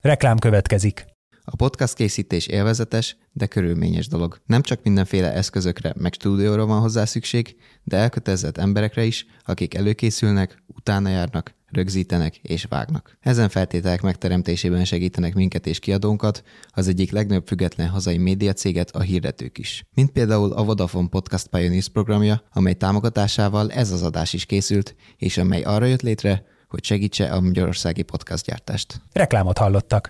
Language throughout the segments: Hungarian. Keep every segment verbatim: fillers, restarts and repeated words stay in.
Reklám következik. A podcast készítés élvezetes, de körülményes dolog. Nem csak mindenféle eszközökre meg stúdióra van hozzá szükség, de elkötelezett emberekre is, akik előkészülnek, utána járnak, rögzítenek és vágnak. Ezen feltételek megteremtésében segítenek minket és kiadónkat, az egyik legnagyobb független hazai médiacéget, a hirdetők is. Mint például a Vodafone Podcast Pioneers programja, amely támogatásával ez az adás is készült, és amely arra jött létre, hogy segítse a magyarországi podcastgyártást. Reklámot hallottak.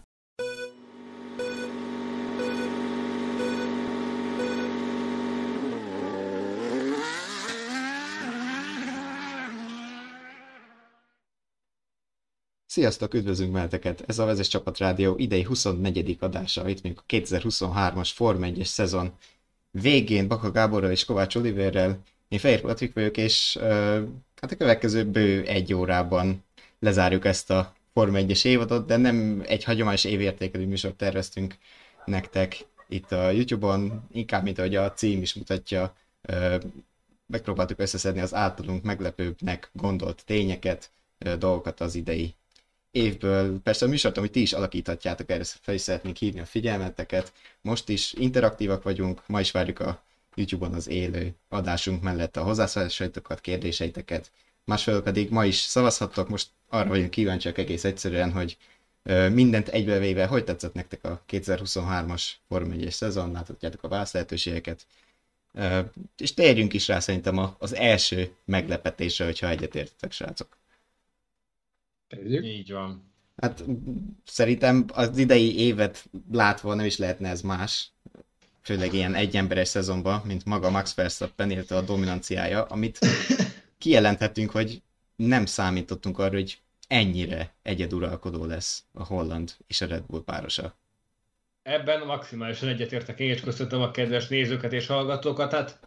Sziasztok, üdvözlünk meheteket! Ez a Vezes Csapat Rádió idei huszonnegyedik adása, itt még a kétezer-huszonhármas Forma egyes szezon végén Baka Gáborral és Kovács Oliverrel. Én Fehér Patrik vagyok, és uh, hát a következő bő egy órában lezárjuk ezt a Forma egyes évadot, de nem egy hagyományos évértékelő műsort terveztünk nektek itt a YouTube-on, inkább, mint ahogy a cím is mutatja, uh, megpróbáltuk összeszedni az általunk meglepőbbnek gondolt tényeket, uh, dolgokat az idei évből. Persze a műsort, amit ti is alakíthatjátok, erre fel is szeretnénk hívni a figyelmeteket. Most is interaktívak vagyunk, ma is várjuk a YouTube-on az élő adásunk mellett a hozzászólásaitokat, kérdéseiteket. Másfelől pedig ma is szavazhattok, most arra vagyunk kíváncsiak egész egyszerűen, hogy mindent egybevéve, hogy tetszett nektek a kétezer-huszonhármas Forma egyes szezon, láthatjátok a válasz lehetőségeket. És térjünk is rá szerintem az első meglepetésre, hogyha egyetértetek, srácok. Tegyük. Így van. Hát szerintem az idei évet látva nem is lehetne ez más, főleg ilyen egyemberes szezonban, mint maga Max Verstappen, illetve a dominanciája, amit kijelenthetünk, hogy nem számítottunk arra, hogy ennyire egyeduralkodó lesz a holland és a Red Bull párosa. Ebben maximálisan egyetértek, én is köszöntöm a kedves nézőket és hallgatókat. Hát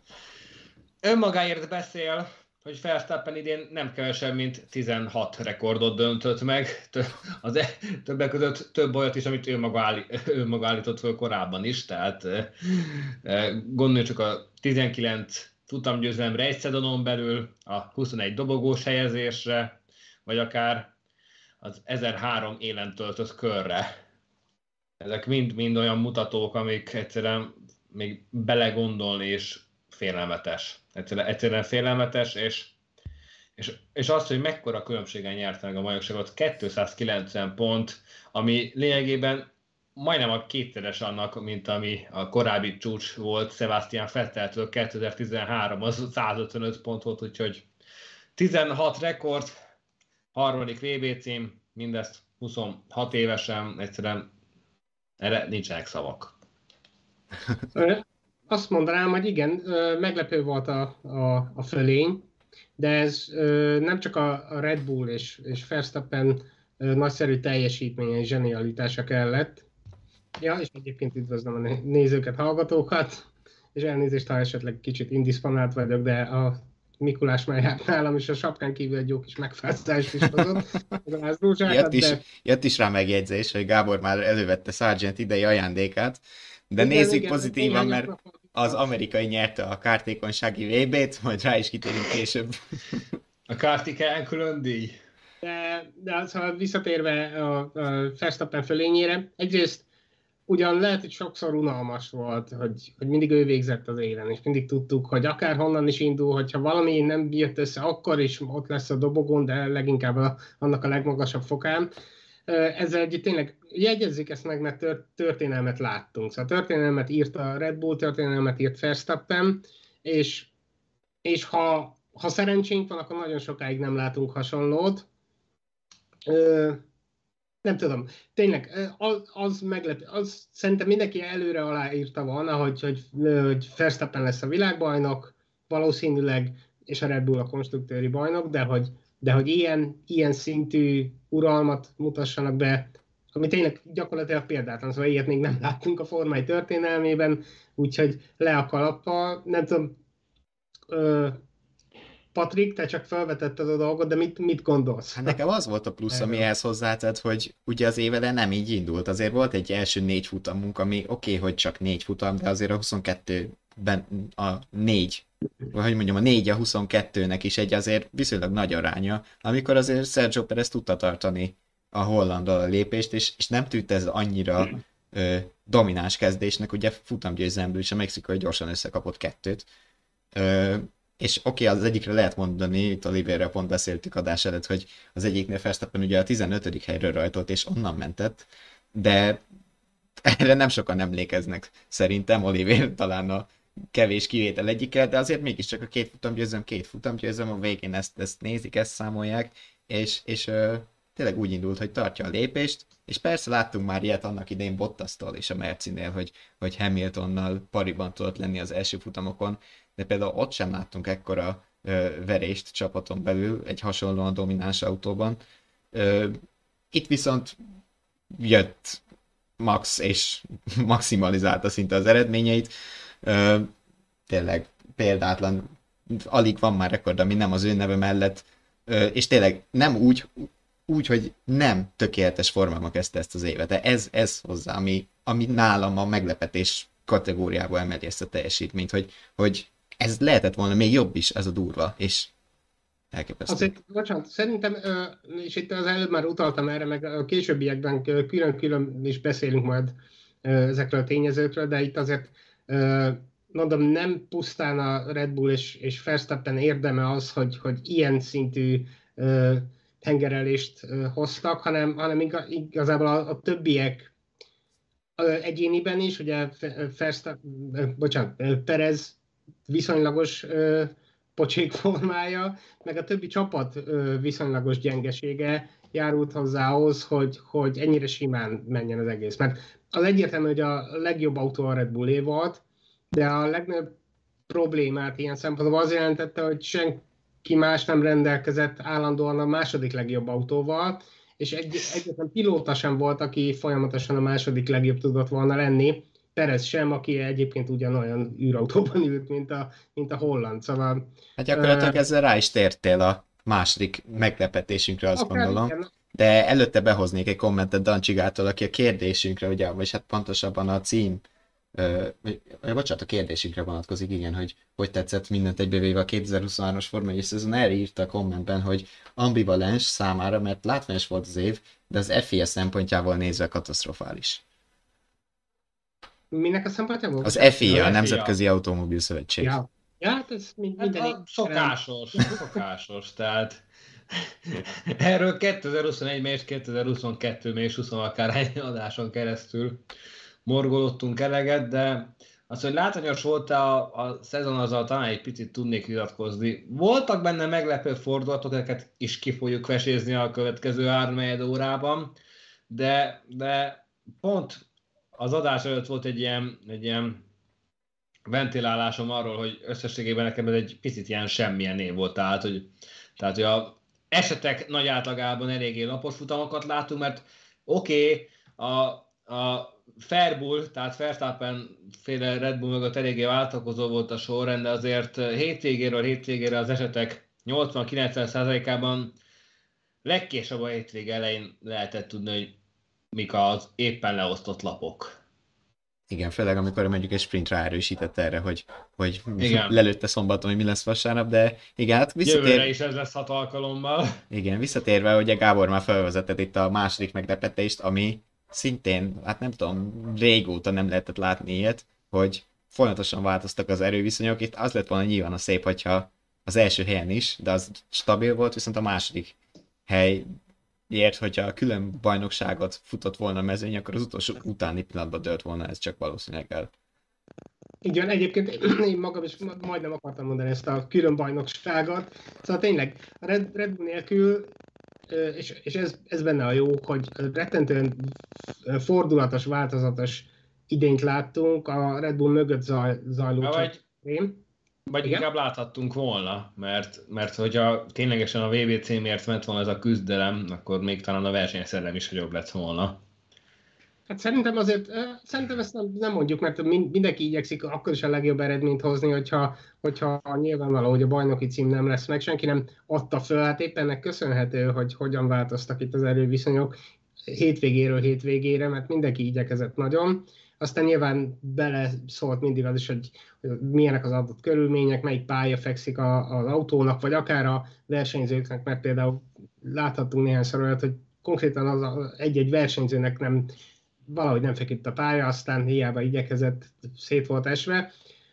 önmagáért beszél, hogy Verstappen idén nem kevesebb, mint tizenhat rekordot döntött meg, az e, többek között több olyat is, amit ő maga, állí, ő maga állított föl korábban is, tehát e, e, gondolj csak a tizenkilenc futamgyőzelemre egy szezonon belül, a huszonegy dobogós helyezésre, vagy akár az ezerhárom élen töltött körre. Ezek mind-mind olyan mutatók, amik egyszerűen még belegondolni és félelmetes. Egyszerűen, egyszerűen félelmetes, és, és, és az, hogy mekkora különbségen nyert meg a bajnokságot, kétszázkilencven pont, ami lényegében majdnem a kétszeres annak, mint ami a korábbi csúcs volt Sebastian Vetteltől kétezer-tizenhárom, az százötvenöt pont volt, úgyhogy tizenhat rekord, harmadik vé bé cím, mindezt huszonhat évesen, egyszerűen erre nincsenek szavak. Azt mondanám, hogy igen, meglepő volt a, a, a fölény, de ez nem csak a Red Bull és, és Verstappen nagyszerű teljesítménye és zsenialitása kellett. Ja, és egyébként üdvözlöm a nézőket, hallgatókat, és elnézést, ha esetleg kicsit indisponált vagyok, de a Mikulás már járt nálam, és a sapkán kívül egy jó kis megfáztást is hozott. Jött is, de... jött is rá megjegyzés, hogy Gábor már elővette Sargent idei ajándékát, de igen, nézzük igen, pozitívan, mert az amerikai nyerte a kártékonysági vé bét, majd rá is kitérünk később. A kártikán külön díj. De, de szóval visszatérve a, a Verstappen fölényére, egyrészt ugyan lehet, hogy sokszor unalmas volt, hogy, hogy mindig ő végzett az élen, és mindig tudtuk, hogy akár honnan is indul, hogyha valami nem jött össze, akkor is ott lesz a dobogón, de leginkább a, annak a legmagasabb fokán. Ezzel együtt tényleg jegyezzük ezt meg, mert történelmet láttunk. Szóval történelmet írt a Red Bull, történelmet írt Verstappen, és, és ha, ha szerencsénk van, akkor nagyon sokáig nem látunk hasonlót. Ö, nem tudom, tényleg az, az meglepő, az szerintem mindenki előre aláírta volna, hogy, hogy, hogy Verstappen lesz a világbajnok, valószínűleg, és a Red Bull a konstruktőri bajnok, de hogy de hogy ilyen, ilyen szintű uralmat mutassanak be, ami tényleg gyakorlatilag példátlan, szóval ilyet még nem láttunk a formai történelmében, úgyhogy le a kalappal. Nem tudom, ö, Patrik, te csak felvetetted a dolgot, de mit, mit gondolsz? Hát nekem az volt a plusz, ami ehhez hozzátett, hogy ugye az évele nem így indult. Azért volt egy első négy futamunk, ami oké, okay, hogy csak négy futam, de azért a huszonkettőben a négy, vagy hogy mondjam, a négy a huszonkettőnek is egy azért viszonylag nagy aránya, amikor azért Sergio Perez tudta tartani a hollandal a lépést, és, és nem tűnt ez annyira ö, domináns kezdésnek, ugye futamgyőzelemből is a mexikai gyorsan összekapott kettőt. Ö, és oké, okay, az egyikre lehet mondani, itt Oliverrel pont beszéltük adás előtt, hogy az egyiknél Verstappen ugye a tizenötödik helyről rajtolt, és onnan mentett, de erre nem sokan emlékeznek szerintem, Oliver talán a kevés kivétel egyikkel, de azért mégiscsak a két futamgyőzelem, két futamgyőzelem, a végén ezt, ezt nézik, ezt számolják, és, és ö, tényleg úgy indult, hogy tartja a lépést, és persze láttunk már ilyet annak idején Bottasztól és a Mercinél, hogy, hogy Hamiltonnal pariban tudott lenni az első futamokon, de például ott sem láttunk ekkora ö, verést csapaton belül, egy hasonlóan domináns autóban. Ö, itt viszont jött Max, és maximalizálta szinte az eredményeit. Ö, tényleg példátlan, alig van már rekord, ami nem az ő neve mellett, ö, és tényleg nem úgy, úgy, hogy nem tökéletes formában kezdte ezt az évet, de ez, ez hozzá, ami, ami nálam a meglepetés kategóriába emeli ezt a teljesítményt, hogy, hogy ez lehetett volna még jobb is, ez a durva, és elképesztő. Azért, bocsánat, szerintem, és itt az előbb már utaltam erre, meg a későbbiekben külön-külön is beszélünk majd ezekről a tényezőkről, de itt azért mondom, nem pusztán a Red Bull és, és Verstappen érdeme az, hogy, hogy ilyen szintű hengerelést hoztak, hanem, hanem igazából a, a többiek egyéniben is, ugye Verstappen, bocsánat, Perez viszonylagos pocsék formája, meg a többi csapat viszonylagos gyengesége járult hozzá ahhoz, hogy, hogy ennyire simán menjen az egész. Mert az egyértelmű, hogy a legjobb autó a Red Bullé volt, de a legnagyobb problémát ilyen szempontból az jelentette, hogy senki más nem rendelkezett állandóan a második legjobb autóval, és egy, egyetlen pilóta sem volt, aki folyamatosan a második legjobb tudott volna lenni. Perez sem, aki egyébként ugyanolyan űrautóban ült, mint a, mint a holland. Szóval, hát gyakorlatilag uh, ezzel rá is tértél a második meglepetésünkre, azt gondolom. Igen. De előtte behoznék egy kommentet Dancsigától, aki a kérdésünkre, ugye, vagy hát pontosabban a cím, uh, vagy, bocsánat, a kérdésünkre vonatkozik, igen, hogy hogy tetszett mindent egybevéve a kétezer-huszonhármas Forma egy szezon, erre írta a kommentben, hogy ambivalens számára, mert látványos volt az év, de az ef i á szempontjából nézve katasztrofális. Minek a szempontjából? Az ef i á, a Nemzetközi Automobil Szövetség. Ja, ja hát ez mind, hát a szokásos, szokásos, tehát erről kétezer-huszonegyben és kétezer-huszonkettőben és húsz akárhány adáson keresztül morgolottunk eleget, de az, hogy látványos volt a, a szezon, azzal talán egy picit tudnék vitatkozni. Voltak benne meglepő fordulatok, ezeket is ki fogjuk vesézni a következő három órában, de, de pont az adás előtt volt egy ilyen, egy ilyen ventilálásom arról, hogy összességében nekem ez egy picit ilyen semmilyen év volt. Tehát, hogy, tehát, hogy a esetek nagy átlagában eléggé lapos futamokat látunk, mert oké, okay, a, a Fairbull, tehát Verstappen féle Red Bull mögött eléggé váltakozó volt a sorrend, de azért hétvégéről hétvégére az esetek nyolcvan-kilencven százalékában legkésőbb a hétvége elején lehetett tudni, hogy mik az éppen leosztott lapok. Igen, főleg amikor mondjuk egy sprint ráerősített erre, hogy, hogy lelőtte szombaton, hogy mi lesz vasárnap, de igen, hát visszatér... Jövőre is ez lesz hat alkalommal. Igen, visszatérve, ugye Gábor már felvezetett itt a második meglepetést, ami szintén, hát nem tudom, régóta nem lehetett látni ilyet, hogy folyamatosan változtak az erőviszonyok. Itt az lett volna nyilván a szép, hogyha az első helyen is, de az stabil volt, viszont a második helyért, hogyha a külön bajnokságot futott volna a mezőny, akkor az utolsó utáni pillanatban dőlt volna, ez csak valószínűleg el. Igen, egyébként én magam is majdnem akartam mondani ezt a külön bajnokságot. Szóval tényleg a Red, Red Bull nélkül, és, és ez, ez benne a jó, hogy rettentően fordulatos, változatos idényt láttunk a Red Bull mögött zaj, zajló csapatén. Vagy igen? Inkább láthattunk volna, mert, mert hogyha ténylegesen a vé bé címért ment volna ez a küzdelem, akkor még talán a versenyszerelem is jobb lett volna. Hát szerintem azért, szerintem ezt nem, nem mondjuk, mert mindenki igyekszik akkor is a legjobb eredményt hozni, hogyha, hogyha nyilvánvaló, hogy a bajnoki cím nem lesz meg, senki nem adta föl, hát éppen ennek köszönhető, hogy hogyan változtak itt az erőviszonyok hétvégéről hétvégére, mert mindenki igyekezett nagyon. Aztán nyilván bele szólt mindig az is, hogy, hogy milyenek az adott körülmények, melyik pálya fekszik a, az autónak, vagy akár a versenyzőknek, mert például láthattunk néhányszor olyat, hogy konkrétan az a, egy-egy versenyzőnek nem, valahogy nem feküdt a pálya, aztán hiába igyekezett, szét volt esve.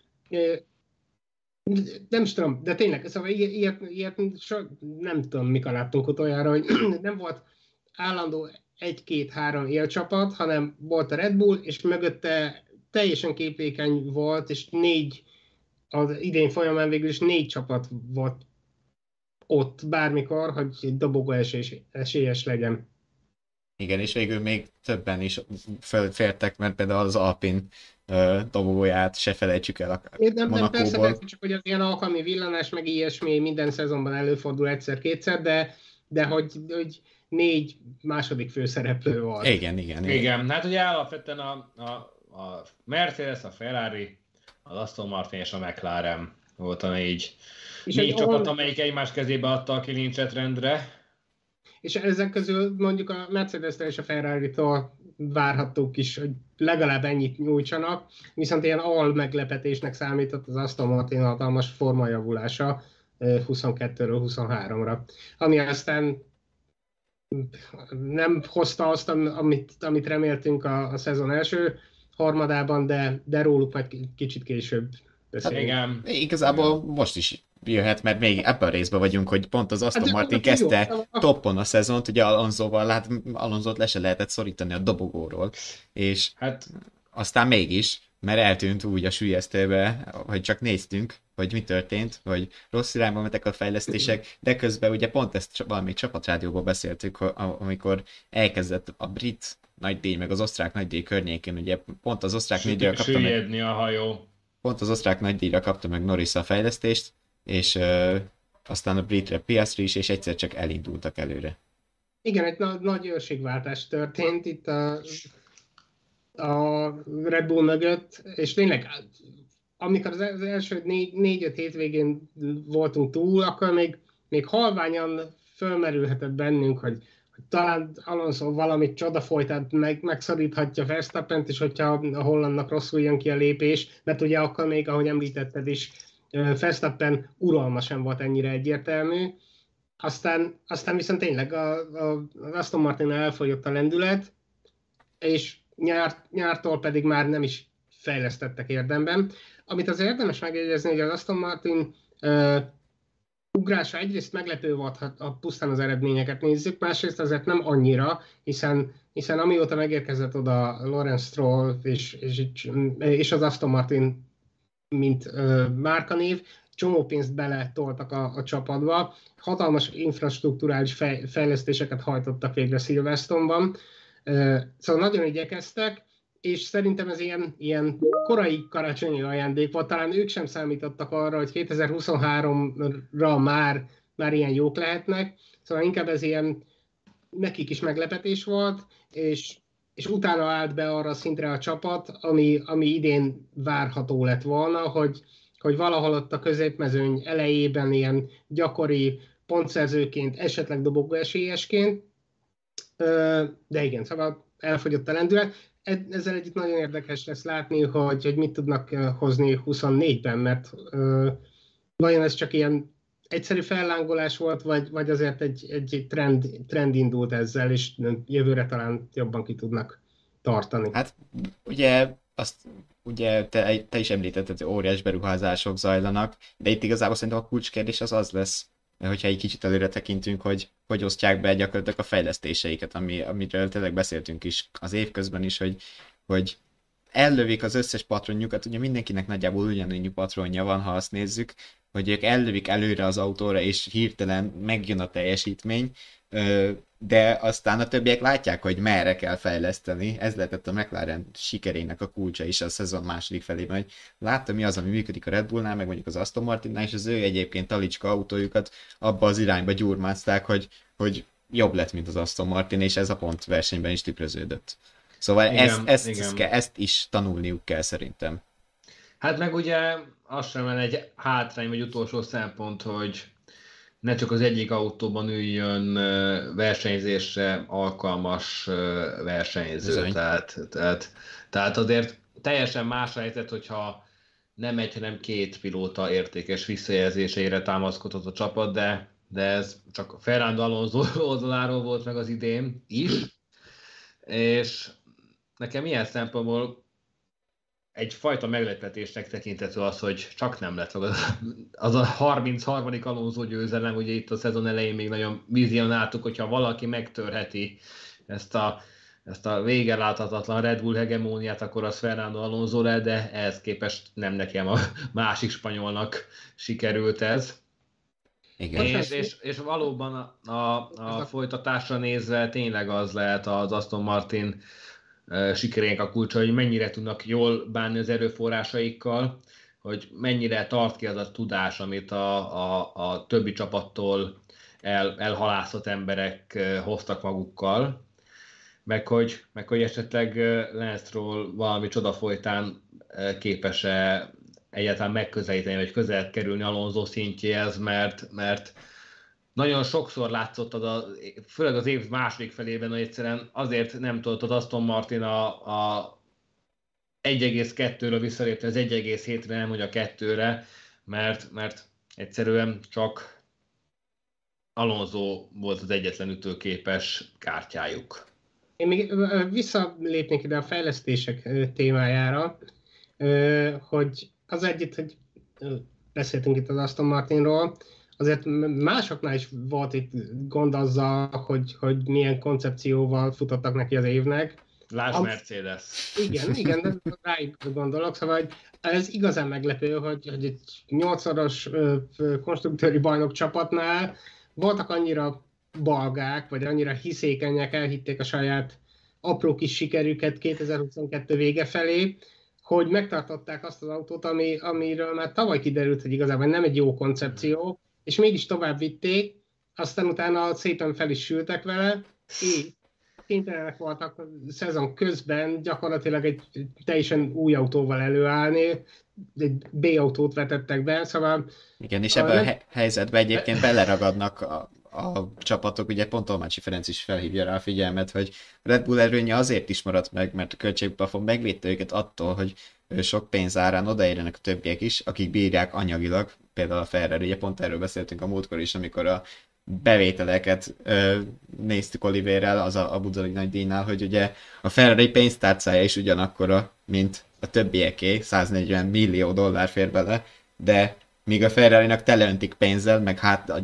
Nem is tudom, de tényleg, szóval ilyet, ilyet so, nem tudom, mikor láttunk utoljára, hogy nem volt állandó egy-két-három élcsapat, hanem volt a Red Bull, és mögötte teljesen képlékeny volt, és négy, az idén folyamán végül is négy csapat volt ott bármikor, hogy dobogó esélyes, esélyes legyen. Igen, és végül még többen is féltek, mert például az Alpin uh, dobogóját se felejtsük el a nem, nem, persze, Monakóból. csak hogy az ilyen alkalmi villanás, meg ilyesmi minden szezonban előfordul egyszer-kétszer, de, de hogy, hogy négy második főszereplő volt. Igen, igen. Igen, igen. Hát ugye alapvetően a, a, a Mercedes, a Ferrari, az Aston Martin és a McLaren volt a négy, négy csapat, amelyik egymás kezébe adta a kilincset rendre. És ezek közül mondjuk a Mercedes-től és a Ferrari-tól várhattuk is, hogy legalább ennyit nyújtsanak, viszont ilyen al meglepetésnek számított az Aston Martin hatalmas formajavulása huszonkettőről huszonháromra, ami aztán nem hozta azt, amit, amit reméltünk a, a szezon első harmadában, de, de róluk majd kicsit később beszélünk. Igen. Igazából most is jöhet, mert még ebben a részben vagyunk, hogy pont az Aston Martin kezdte toppon a szezont, ugye Alonsoval, hát Alonsot le se lehetett szorítani a dobogóról, és hát aztán mégis, mert eltűnt úgy a sülyeztőbe, hogy csak néztünk, hogy mi történt, hogy rossz irányba mentek a fejlesztések, de közben ugye pont ezt valami csapatrádióban beszéltük, amikor elkezdett a brit nagydíj, meg az osztrák nagydíj környékén, ugye pont az osztrák nagydíjra kapta meg, a hajó. Pont az osztrák nagydíjra kapta meg Norris a fejlesztést, és uh, aztán a britre Piastri is, és egyszer csak elindultak előre. Igen, egy na- nagy őrségváltás történt itt a, a Red Bull mögött, és tényleg amikor az első négy, négy-öt hétvégén voltunk túl, akkor még, még halványan fölmerülhetett bennünk, hogy, hogy talán Alonso valamit csodafolytát meg, megszoríthatja Verstappent, és hogyha a hollandnak rosszul jön ki a lépés, mert ugye akkor még, ahogy említetted is, Verstappen uralma sem volt ennyire egyértelmű. Aztán, aztán viszont tényleg a, a, az Aston Martin elfogyott a lendület, és nyár, nyártól pedig már nem is fejlesztettek érdemben. Amit az érdemes megjegyezni, hogy az Aston Martin uh, ugrása egyrészt meglepő volt, ha, ha pusztán az eredményeket nézzük, másrészt azért nem annyira, hiszen, hiszen amióta megérkezett oda Lawrence Stroll és, és, és az Aston Martin, mint uh, márkanév, csomó pénzt beletoltak a, a csapatba, hatalmas infrastrukturális fej, fejlesztéseket hajtottak végre Silverstone-ban, uh, szóval nagyon igyekeztek, és szerintem ez ilyen, ilyen korai karácsonyi ajándék volt, talán ők sem számítottak arra, hogy kétezer-huszonháromra már, már ilyen jók lehetnek, szóval inkább ez ilyen nekik is meglepetés volt, és, és utána állt be arra szintre a csapat, ami, ami idén várható lett volna, hogy, hogy valahol ott a középmezőny elejében ilyen gyakori pontszerzőként, esetleg dobogóesélyesként, de igen, szóval elfogyott a lendület. Ezzel együtt nagyon érdekes lesz látni, hogy, hogy mit tudnak hozni huszonnégyben, mert uh, vajon ez csak ilyen egyszerű fellángolás volt, vagy, vagy azért egy, egy trend, trend indult ezzel, és jövőre talán jobban ki tudnak tartani. Hát ugye azt ugye te, te is említetted, hogy óriás beruházások zajlanak, de itt igazából szerintem a kulcskérdés az az lesz, hogyha egy kicsit előre tekintünk, hogy hogy osztják be gyakorlatilag a fejlesztéseiket, ami, amiről tényleg beszéltünk is az évközben is, hogy, hogy ellövik az összes patronjukat, ugye mindenkinek nagyjából ugyanannyi patronja van, ha azt nézzük, hogy ők ellövik előre az autóra, és hirtelen megjön a teljesítmény, de aztán a többiek látják, hogy merre kell fejleszteni. Ez lehetett a McLaren sikerének a kulcsa is a szezon második felében, hogy látta mi az, ami működik a Red Bullnál, meg mondjuk az Aston Martinnál, és az ő egyébként talicska autójukat abba az irányba gyurmázták, hogy, hogy jobb lett, mint az Aston Martin, és ez a pont versenyben is tükröződött. Szóval igen, ezt, ezt, igen. Ezt, ezt is tanulniuk kell szerintem. Hát meg ugye az sem egy hátrány, vagy utolsó szempont, hogy ne csak az egyik autóban üljön versenyzésre alkalmas versenyző. Tehát, tehát, tehát azért teljesen más helyzet, hogyha nem egy, hanem két pilóta értékes visszajelzéseire támaszkodott a csapat, de de ez csak Fernando Alonso oldaláról volt meg az idén is, és nekem ilyen szempontból egyfajta meglepetésnek tekintető az, hogy csak nem lett az, az a harmincharmadik Alonso győzelem, ugye itt a szezon elején még nagyon vizionáltuk, hogyha valaki megtörheti ezt a, ezt a vége láthatatlan Red Bull hegemóniát, akkor az Fernando Alonso le, de ehhez képest nem nekem a másik spanyolnak sikerült ez. Igen. És, és, és valóban a, a, a folytatásra nézve tényleg az lehet az Aston Martin sikerének a kulcsa, hogy mennyire tudnak jól bánni az erőforrásaikkal, hogy mennyire tart ki az a tudás, amit a, a, a többi csapattól el, elhalászott emberek hoztak magukkal, meg hogy, meg hogy esetleg Lance Stroll valami csoda folytán képes-e egyáltalán megközelíteni, vagy közel kerülni Alonso szintjéhez, mert, mert nagyon sokszor látszott, az a, főleg az év második felében, hogy egyszerűen azért nem tudott az Aston Martin a, a egy egész kettőről visszalépni az egy egész hétre, nem hogy a kettőre, mert, mert egyszerűen csak Alonso volt az egyetlen ütőképes kártyájuk. Én még visszalépnék ide a fejlesztések témájára, hogy az egyet, hogy beszéltünk itt az Aston Martinról, azért másoknál is volt itt gond azzal, hogy, hogy milyen koncepcióval futottak neki az évnek. Lásd Mercedes. Igen, igen, de rájuk gondolok, szóval ez igazán meglepő, hogy, hogy egy nyolcszoros konstruktőri bajnok csapatnál voltak annyira balgák, vagy annyira hiszékenyek, elhitték a saját apró kis sikerüket kétezer-huszonkettő vége felé, hogy megtartották azt az autót, ami, amiről már tavaly kiderült, hogy igazából nem egy jó koncepció, és mégis tovább vitték, aztán utána szépen fel is sültek vele, és kénytelenek voltak a szezon közben gyakorlatilag egy teljesen új autóval előállni, egy B-autót vetettek be, szóval... Igen, és ebben a he- helyzetben egyébként beleragadnak a, a csapatok, ugye pont Tolmácsi Ferenc is felhívja rá a figyelmet, hogy Red Bull erőnye azért is maradt meg, mert a költségplafon megvédte őket attól, hogy sok pénz árán odaérjenek a többiek is, akik bírják anyagilag, például a Ferrari, ugye pont erről beszéltünk a múltkor is, amikor a bevételeket ö, néztük Oliverrel az a Abu Dhabi nagy díjnál, hogy ugye a Ferrari pénztárcája is ugyanakkora, mint a többieké, száznegyven millió dollár fér bele, de míg a Ferrari-nak teleöntik pénzzel, meg hát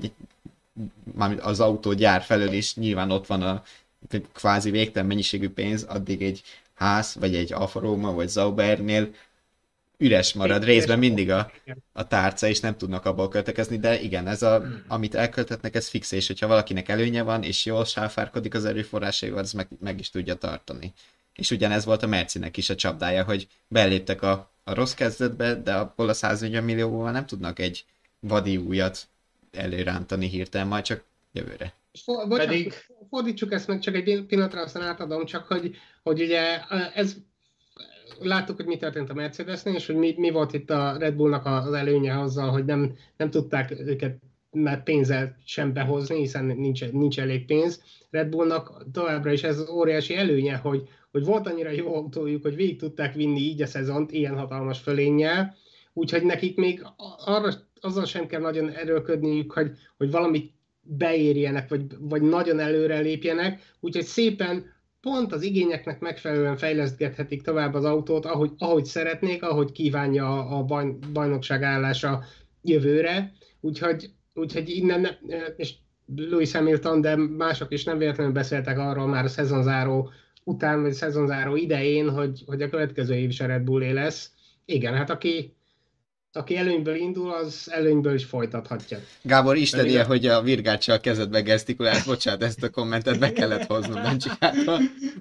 az autógyár felől is nyilván ott van a kvázi végtelen mennyiségű pénz, addig egy ház, vagy egy Alfa Romeo, vagy Saubernél üres marad, részben mindig a, a tárca, és nem tudnak abból költekezni, de igen, ez a, amit elköltetnek, ez fix, és hogyha valakinek előnye van, és jól sáfárkodik az erőforrásaival, az meg, meg is tudja tartani. És ugyanez volt a Mercinek is a csapdája, hogy beléptek a, a rossz kezdetbe, de abból a száznegyven millióval nem tudnak egy vadi újat előrántani hirtelen, majd csak jövőre. For, bocsánat, Pedig... fordítsuk ezt meg csak egy pillanatra, aztán átadom, csak hogy, hogy ugye ez, láttuk, hogy mi történt a Mercedesnél, és hogy mi, mi volt itt a Red Bullnak az előnye azzal, hogy nem, nem tudták őket már pénzzel sem behozni, hiszen nincs, nincs elég pénz. Red Bullnak továbbra is ez az óriási előnye, hogy, hogy volt annyira jó autójuk, hogy végig tudták vinni így a szezont ilyen hatalmas fölénnyel, úgyhogy nekik még arra, azzal sem kell nagyon erőlködniük, hogy, hogy valamit beérjenek, vagy, vagy nagyon előre lépjenek, úgyhogy szépen pont az igényeknek megfelelően fejlesztgethetik tovább az autót, ahogy, ahogy szeretnék, ahogy kívánja a baj, bajnokság állása jövőre, úgyhogy, úgyhogy innen, és Lewis Hamilton, de mások is nem véletlenül beszéltek arról már a szezonzáró után, vagy a szezonzáró idején, hogy, hogy a következő év is a Red Bullé lesz. Igen, hát aki Aki előnyből indul, az előnyből is folytathatja. Gábor, Isten ilyen, hogy a virgáccsal kezedbe gesztikulálsz, bocsánat, ezt a kommentet be kellett hoznom, nem csak hátra.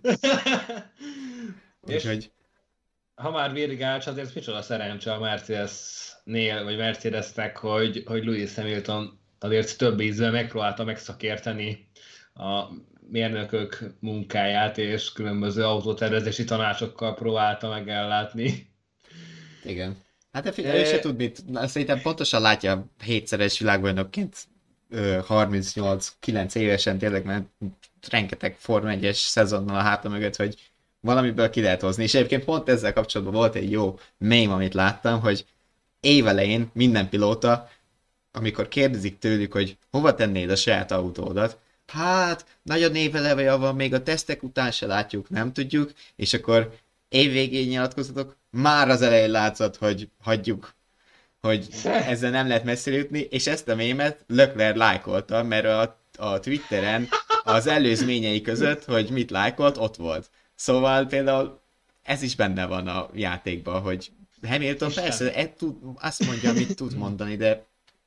Úgyhogy... Ha már virgács, azért micsoda szerencse a Mercedesnél, vagy Mercedesnek, hogy, hogy Lewis Hamilton azért több ízben megpróbálta megszakérteni a mérnökök munkáját, és különböző autótervezési tanácsokkal próbálta megellátni. Igen. Hát de figyelj, ő se tud mit, szerintem pontosan látja hétszeres világbajnokként harmincnyolc kilenc évesen tényleg, mert rengeteg Forma egyes szezonnal a háta mögött, hogy valamiből ki lehet hozni. És egyébként pont ezzel kapcsolatban volt egy jó meme, amit láttam, hogy évelején minden pilóta amikor kérdezik tőlük, hogy hova tennéd a saját autódat, hát, nagyon néveleveje van, még a tesztek után se látjuk, nem tudjuk, és akkor évvégén nyilatkozatok, már az elején látszott, hogy hagyjuk, hogy ezzel nem lehet messzire jutni, és ezt a mémet Leclerc lájkolta, mert a, a Twitteren az előzményei között, hogy mit lájkolt, ott volt. Szóval például ez is benne van a játékban, hogy Hamilton Isten. Persze e, tud, azt mondja, amit tud mondani, de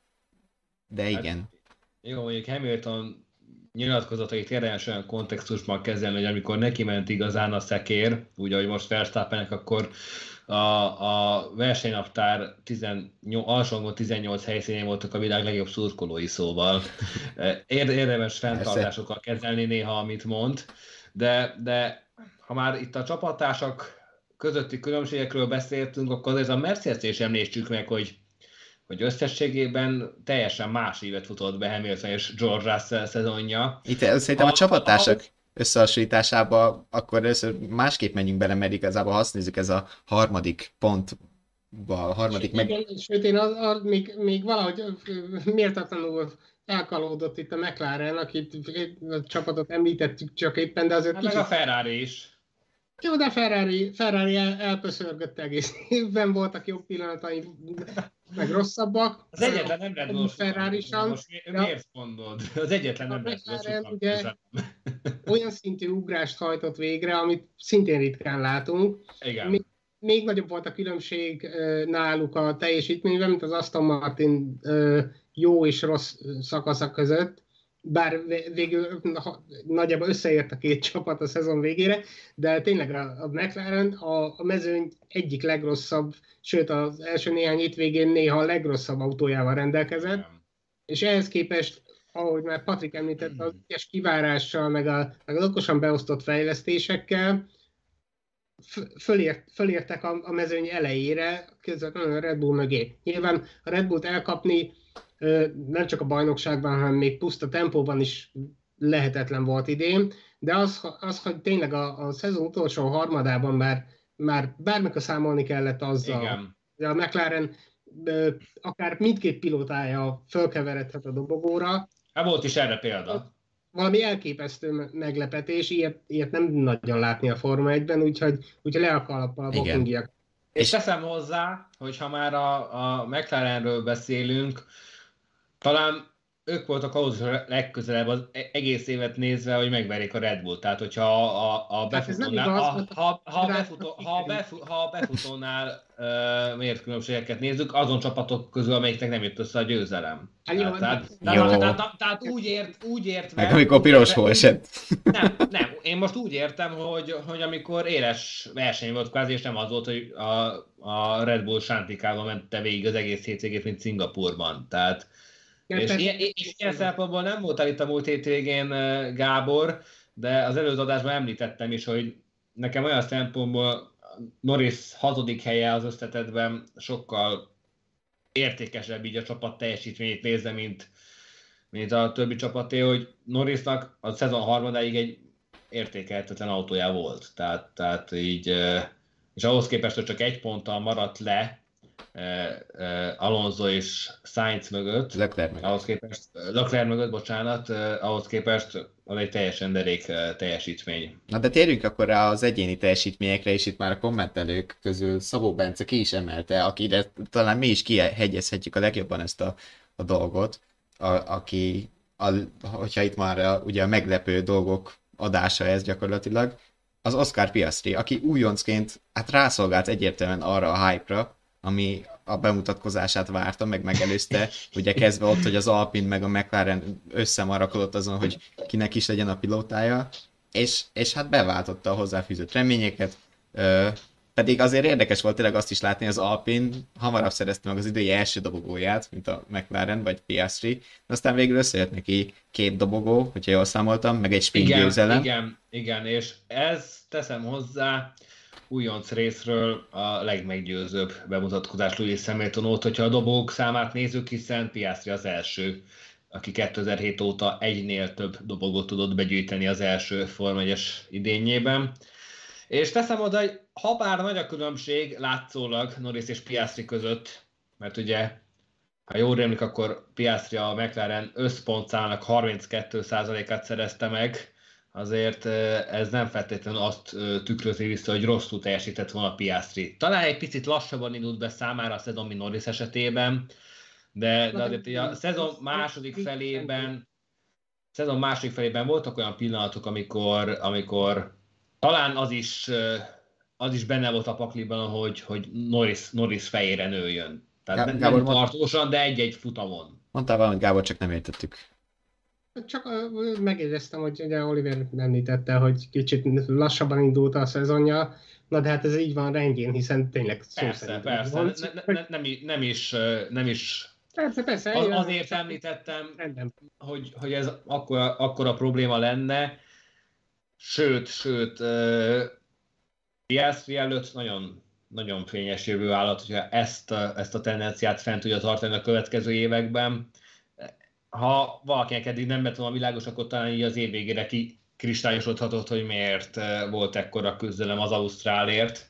de igen. Hát, jó, mondjuk Hamilton nyilatkozatait érdemes olyan kontextusban kezelni, hogy amikor neki ment igazán a szekér, úgy ahogy most Verstappennek, akkor a, a versenynaptár alsóhangon tizennyolc helyszínén voltak a világ legjobb szurkolói, szóval érdemes fenntartásokkal kezelni néha, amit mond, de, de ha már itt a csapattársak közötti különbségekről beszéltünk, akkor azért a Mercedes-t is említsük meg, hogy hogy összességében teljesen más évet futott be Hamilton és George Russell szezonja. Itt szerintem a, a csapattársak a... összehasonlításába akkor először másképp menjünk bele, mert igazából ha azt nézzük, ez a harmadik pontba, a harmadik sőt, meg... Igen, sőt, én az, az, még, még valahogy méltatlanul elkalódott itt a McLaren, akit a csapatot említettük csak éppen, de azért hát kicsit... meg a Ferrari is. Jó, de Ferrari, Ferrari el, elpöszörgött egész évben, voltak jobb pillanatai, meg rosszabbak. Az egyetlen nem Red Bull Ferrari-san. Most miért mondod? Az egyetlen nem Red Bull ugye olyan szintű ugrást hajtott végre, amit szintén ritkán látunk. Igen. Még, még nagyobb volt a különbség náluk a teljesítményben, mint az Aston Martin jó és rossz szakaszak között. Bár végül nagyjából összeért a két csapat a szezon végére, de tényleg a, a McLaren a, a mezőny egyik legrosszabb, sőt az első néhány hétvégén néha a legrosszabb autójával rendelkezett, yeah. És ehhez képest, ahogy már Patrik említett, az ügyes kivárással, meg, a, meg az okosan beosztott fejlesztésekkel fölért, fölértek a, a mezőny elejére, közvetlenül a Red Bull mögé. Nyilván a Red Bullt elkapni nem csak a bajnokságban, hanem még puszta tempóban is lehetetlen volt idén, de az, az hogy tényleg a, a szezon utolsó harmadában már, már bármikor számolni kellett azzal, igen. hogy a McLaren akár mindkét pilótája fölkeveredhet a dobogóra. Hát volt is erre példa. Valami elképesztő meglepetés, ilyet, ilyet nem nagyon látni a Forma egyben, úgyhogy, úgyhogy le a kalappal a bokungiak. És teszem hozzá, hogy ha már a, a McLarenről beszélünk, talán ők voltak ahhoz a legközelebb az egész évet nézve, hogy megverik a Red Bull. Tehát, hogyha a, a befutónál, ha, ha, ha, befutó, ha, befu, ha a befutónál uh, mért különbségeket nézzük, azon csapatok közül, amelyiknek nem jött össze a győzelem. Tehát, tehát, tehát, tehát, tehát úgy, ért, úgy értve... Meg amikor piros hol esett. Nem, nem, én most úgy értem, hogy, hogy amikor éles verseny volt kvázi, és nem az volt, hogy a, a Red Bull sántikával mente végig az egész hétvégét, mint Szingapurban. Tehát Ja, és, ilyen, és ilyen szempontból nem voltál itt a múlt hétvégén, Gábor, de az előző adásban említettem is, hogy nekem olyan szempontból Norris hatodik helye az összetettben sokkal értékesebb így a csapat teljesítményét nézve, mint, mint a többi csapaté, hogy Norrisnak a szezon harmadáig egy értékelhetetlen autója volt. Tehát, tehát így, és ahhoz képest, hogy csak egy ponttal maradt le Alonso és Sainz mögött, Leclerc mögött. ahhoz képest, Leclerc mögött, bocsánat, ahhoz képest az egy teljesen derék teljesítmény. Na de térjünk akkor rá az egyéni teljesítményekre, és itt már a kommentelők közül Szabó Bence ki is emelte, akire talán mi is kihegyezhetjük a legjobban ezt a, a dolgot, a, aki, a, hogyha itt már a, ugye a meglepő dolgok adása ez gyakorlatilag, az Oscar Piastri, aki újoncként hát rászolgált egyértelműen arra a hype-ra, ami a bemutatkozását várta, meg megelőzte, ugye kezdve ott, hogy az Alpine meg a McLaren összemarakodott azon, hogy kinek is legyen a pilótája, és, és hát beváltotta a hozzáfűzött reményeket, ö, pedig azért érdekes volt tényleg azt is látni, az Alpine hamarabb szerezte meg az idei első dobogóját, mint a McLaren vagy Piastri, de aztán végül összejött neki két dobogó, hogyha jól számoltam, meg egy sprint győzelem. Igen, igen, és ez teszem hozzá, újonc részről a legmeggyőzőbb bemutatkozás Lewis Hamilton volt, hogyha a dobók számát nézzük, hiszen Piastri az első, aki kétezer-hét óta egynél több dobogót tudott begyűjteni az első Forma egyes idényében. És teszem oda, hogy ha bár nagy a különbség látszólag Norris és Piastri között, mert ugye ha jól rémlik, akkor Piastri a McLaren összpontszámának harminckettő százalékát szerezte meg, azért ez nem feltétlenül azt tükrözi vissza, hogy rosszul teljesített volna Piastri. Talán egy picit lassabban indult be számára a szezon, mint Norris esetében, de, de azért a szezon második felében szezon második felében voltak olyan pillanatok, amikor, amikor talán az is, az is benne volt a pakliban, hogy, hogy Norris, Norris fejére nőjön. Tehát Gá- nem tartósan, de egy-egy futamon. Mondtál valamit, Gábor, csak nem értettük. Csak uh, megéreztem, hogy ugye Oliver említette, hogy kicsit lassabban indult a szezonja. Na de hát ez így van rendjén, hiszen tényleg szó persze, szerint. Persze, van, ne, ne, ne, nem, nem is, nem is persze, persze, az, jön, azért említettem, hogy, hogy ez akkora, akkora probléma lenne, sőt, sőt, uh, Piastri előtt nagyon, nagyon fényes jövő állat, hogyha ezt, ezt a tendenciát fent tudja tartani a következő években. Ha valakinek eddig nem lett volna világos, akkor talán így az év végére kikristályosodhatott, hogy miért volt ekkora küzdelem az Ausztrálért.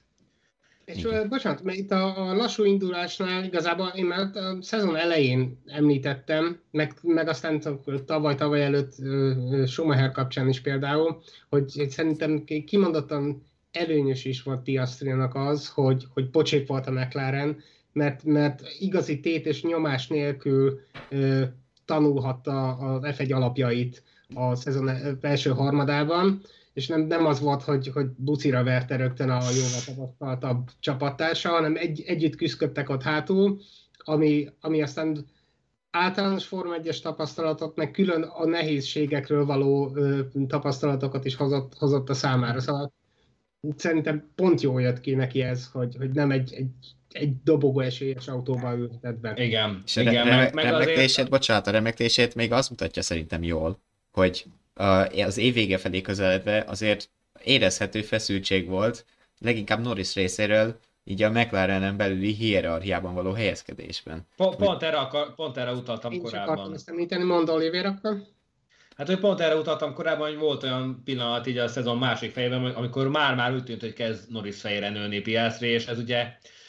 És igen. Bocsánat, mert itt a, a lassú indulásnál igazából én már a szezon elején említettem, meg, meg aztán tavaly-tavaly előtt Schumacher kapcsán is például, hogy szerintem kimondottan előnyös is volt Piastrinak az, hogy, hogy pocsék volt a McLaren, mert, mert igazi tét és nyomás nélkül ö, tanulhatta az ef egy alapjait a szezon első harmadában, és nem, nem az volt, hogy, hogy bucira verte rögtön a jóval tapasztaltabb csapattársa, hanem egy, együtt küzdöttek ott hátul, ami, ami aztán általános Forma egyes tapasztalatot, meg külön a nehézségekről való ö, tapasztalatokat is hozott, hozott a számára. Szóval szerintem pont jól jött ki neki ez, hogy, hogy nem egy, egy, egy dobogó esélyes autóval ülhetett be. Igen. És igen, a re- meg, meg remektését, azért... bocsánat, a remektését még azt mutatja szerintem jól, hogy az év vége felé közeledve azért érezhető feszültség volt, leginkább Norris részéről, így a McLarenen belüli hierarchiában való helyezkedésben. Pont, pont, erre, akar, pont erre utaltam Én korábban. Én csak akartam ezt említeni, mondd Oliver akkor. Hát, hogy pont erre utaltam korábban, hogy volt olyan pillanat így a szezon másik fejében, amikor már-már úgy tűnt, hogy kezd Norris fejére nőni Piastri, és ez ugye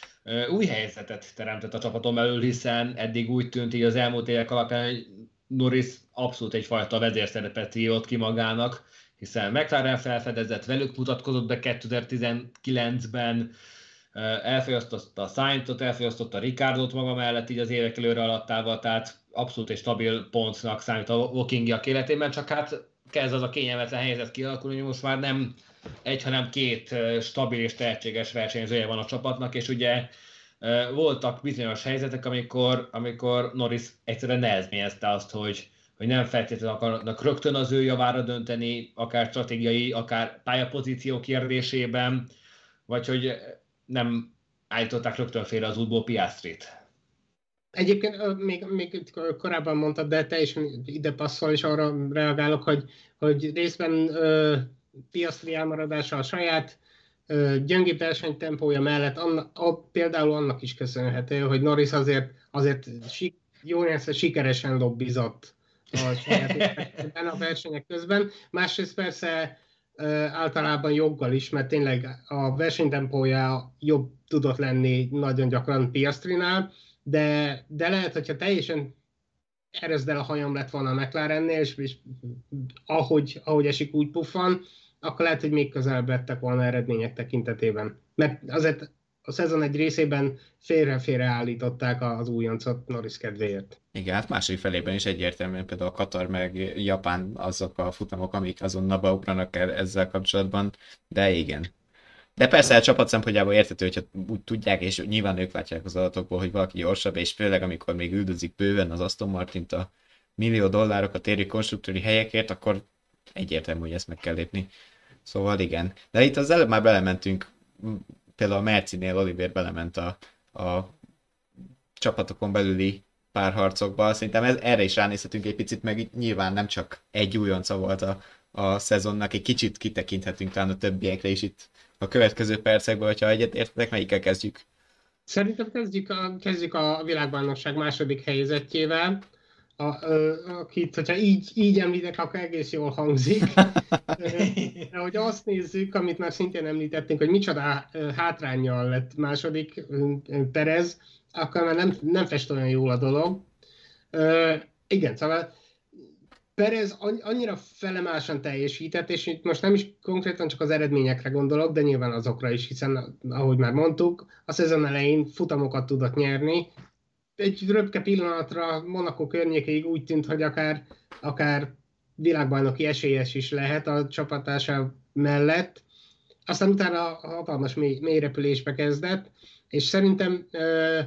új helyzetet teremtett a csapaton belül, hiszen eddig úgy tűnt így az elmúlt évek alapján, hogy Norris abszolút egyfajta vezérszerepet hívott ki magának, hiszen McLaren felfedezett, velük mutatkozott be kétezer-tizenkilencben, elfogyasztotta a Sainzot, elfogyasztotta a Ricardot maga mellett így az évek előre alattával, tehát abszolút egy stabil pontnak számít a Wokingiak életében, csak hát kezd az a kényelmetlen helyzet kialakulni, hogy most már nem egy, hanem két stabil és tehetséges versenyzője van a csapatnak, és ugye voltak bizonyos helyzetek, amikor, amikor Norris egyszerűen nehezményezte azt, hogy, hogy nem feltétlenül akarnak rögtön az ő javára dönteni, akár stratégiai, akár pályapozíció kérdésében, vagy hogy nem állították rögtön félre az útból Piastrit. Egyébként még, még korábban mondtad, de te is ide passzol, és arra reagálok, hogy, hogy részben uh, Piastri elmaradása a saját uh, gyöngébb versenytempója mellett anna, a, például annak is köszönhető, hogy Norris azért, azért sik, jó része sikeresen lobbizott a saját a versenyek közben. Másrészt persze uh, általában joggal is, mert tényleg a versenytempója jobb tudott lenni nagyon gyakran Piastrinál, De, de lehet, hogyha teljesen erezdel a hajam lett volna a McLarennél, és, és ahogy, ahogy esik, úgy puffan, akkor lehet, hogy még közelebb lettek volna eredmények tekintetében. Mert azért a szezon egy részében félre-félre állították az újoncot Norris kedvéért. Igen, hát második felében is egyértelműen például a Katar meg Japán azok a futamok, amik azonnal beugranak el ezzel kapcsolatban, de igen. De persze a csapat szempontjából érthető, hogyha úgy tudják, és nyilván ők látják az adatokból, hogy valaki gyorsabb, és főleg amikor még üldözik bőven az Aston Martint a millió dollárokat érő konstruktőri helyekért, akkor egyértelmű, hogy ezt meg kell lépni. Szóval igen. De itt az előbb már belementünk, például a Mercinél Oliver belement a, a csapatokon belüli párharcokba. Szerintem ez, erre is ránézhetünk egy picit, meg nyilván nem csak egy újonca volt a, a szezonnak, egy kicsit kitekinthetünk talán a többiekre is itt a következő percekben, hogyha egyet értetek, melyikkel kezdjük? Szerintem kezdjük a, kezdjük a világbajnokság második helyezettjével, a, a, akit, hogyha így, így említek, akkor egész jól hangzik. De hogy azt nézzük, amit már szintén említettünk, hogy micsoda hátránnyal lett második Perez, akkor már nem, nem fest olyan jól a dolog. Uh, igen, szóval Perez annyira felemásan teljesített, és itt most nem is konkrétan csak az eredményekre gondolok, de nyilván azokra is, hiszen, ahogy már mondtuk, a szezon elején futamokat tudott nyerni. Egy röpke pillanatra Monaco környékéig úgy tűnt, hogy akár, akár világbajnoki esélyes is lehet a csapatása mellett. Aztán utána hatalmas mély, mély repülésbe kezdett, és szerintem uh,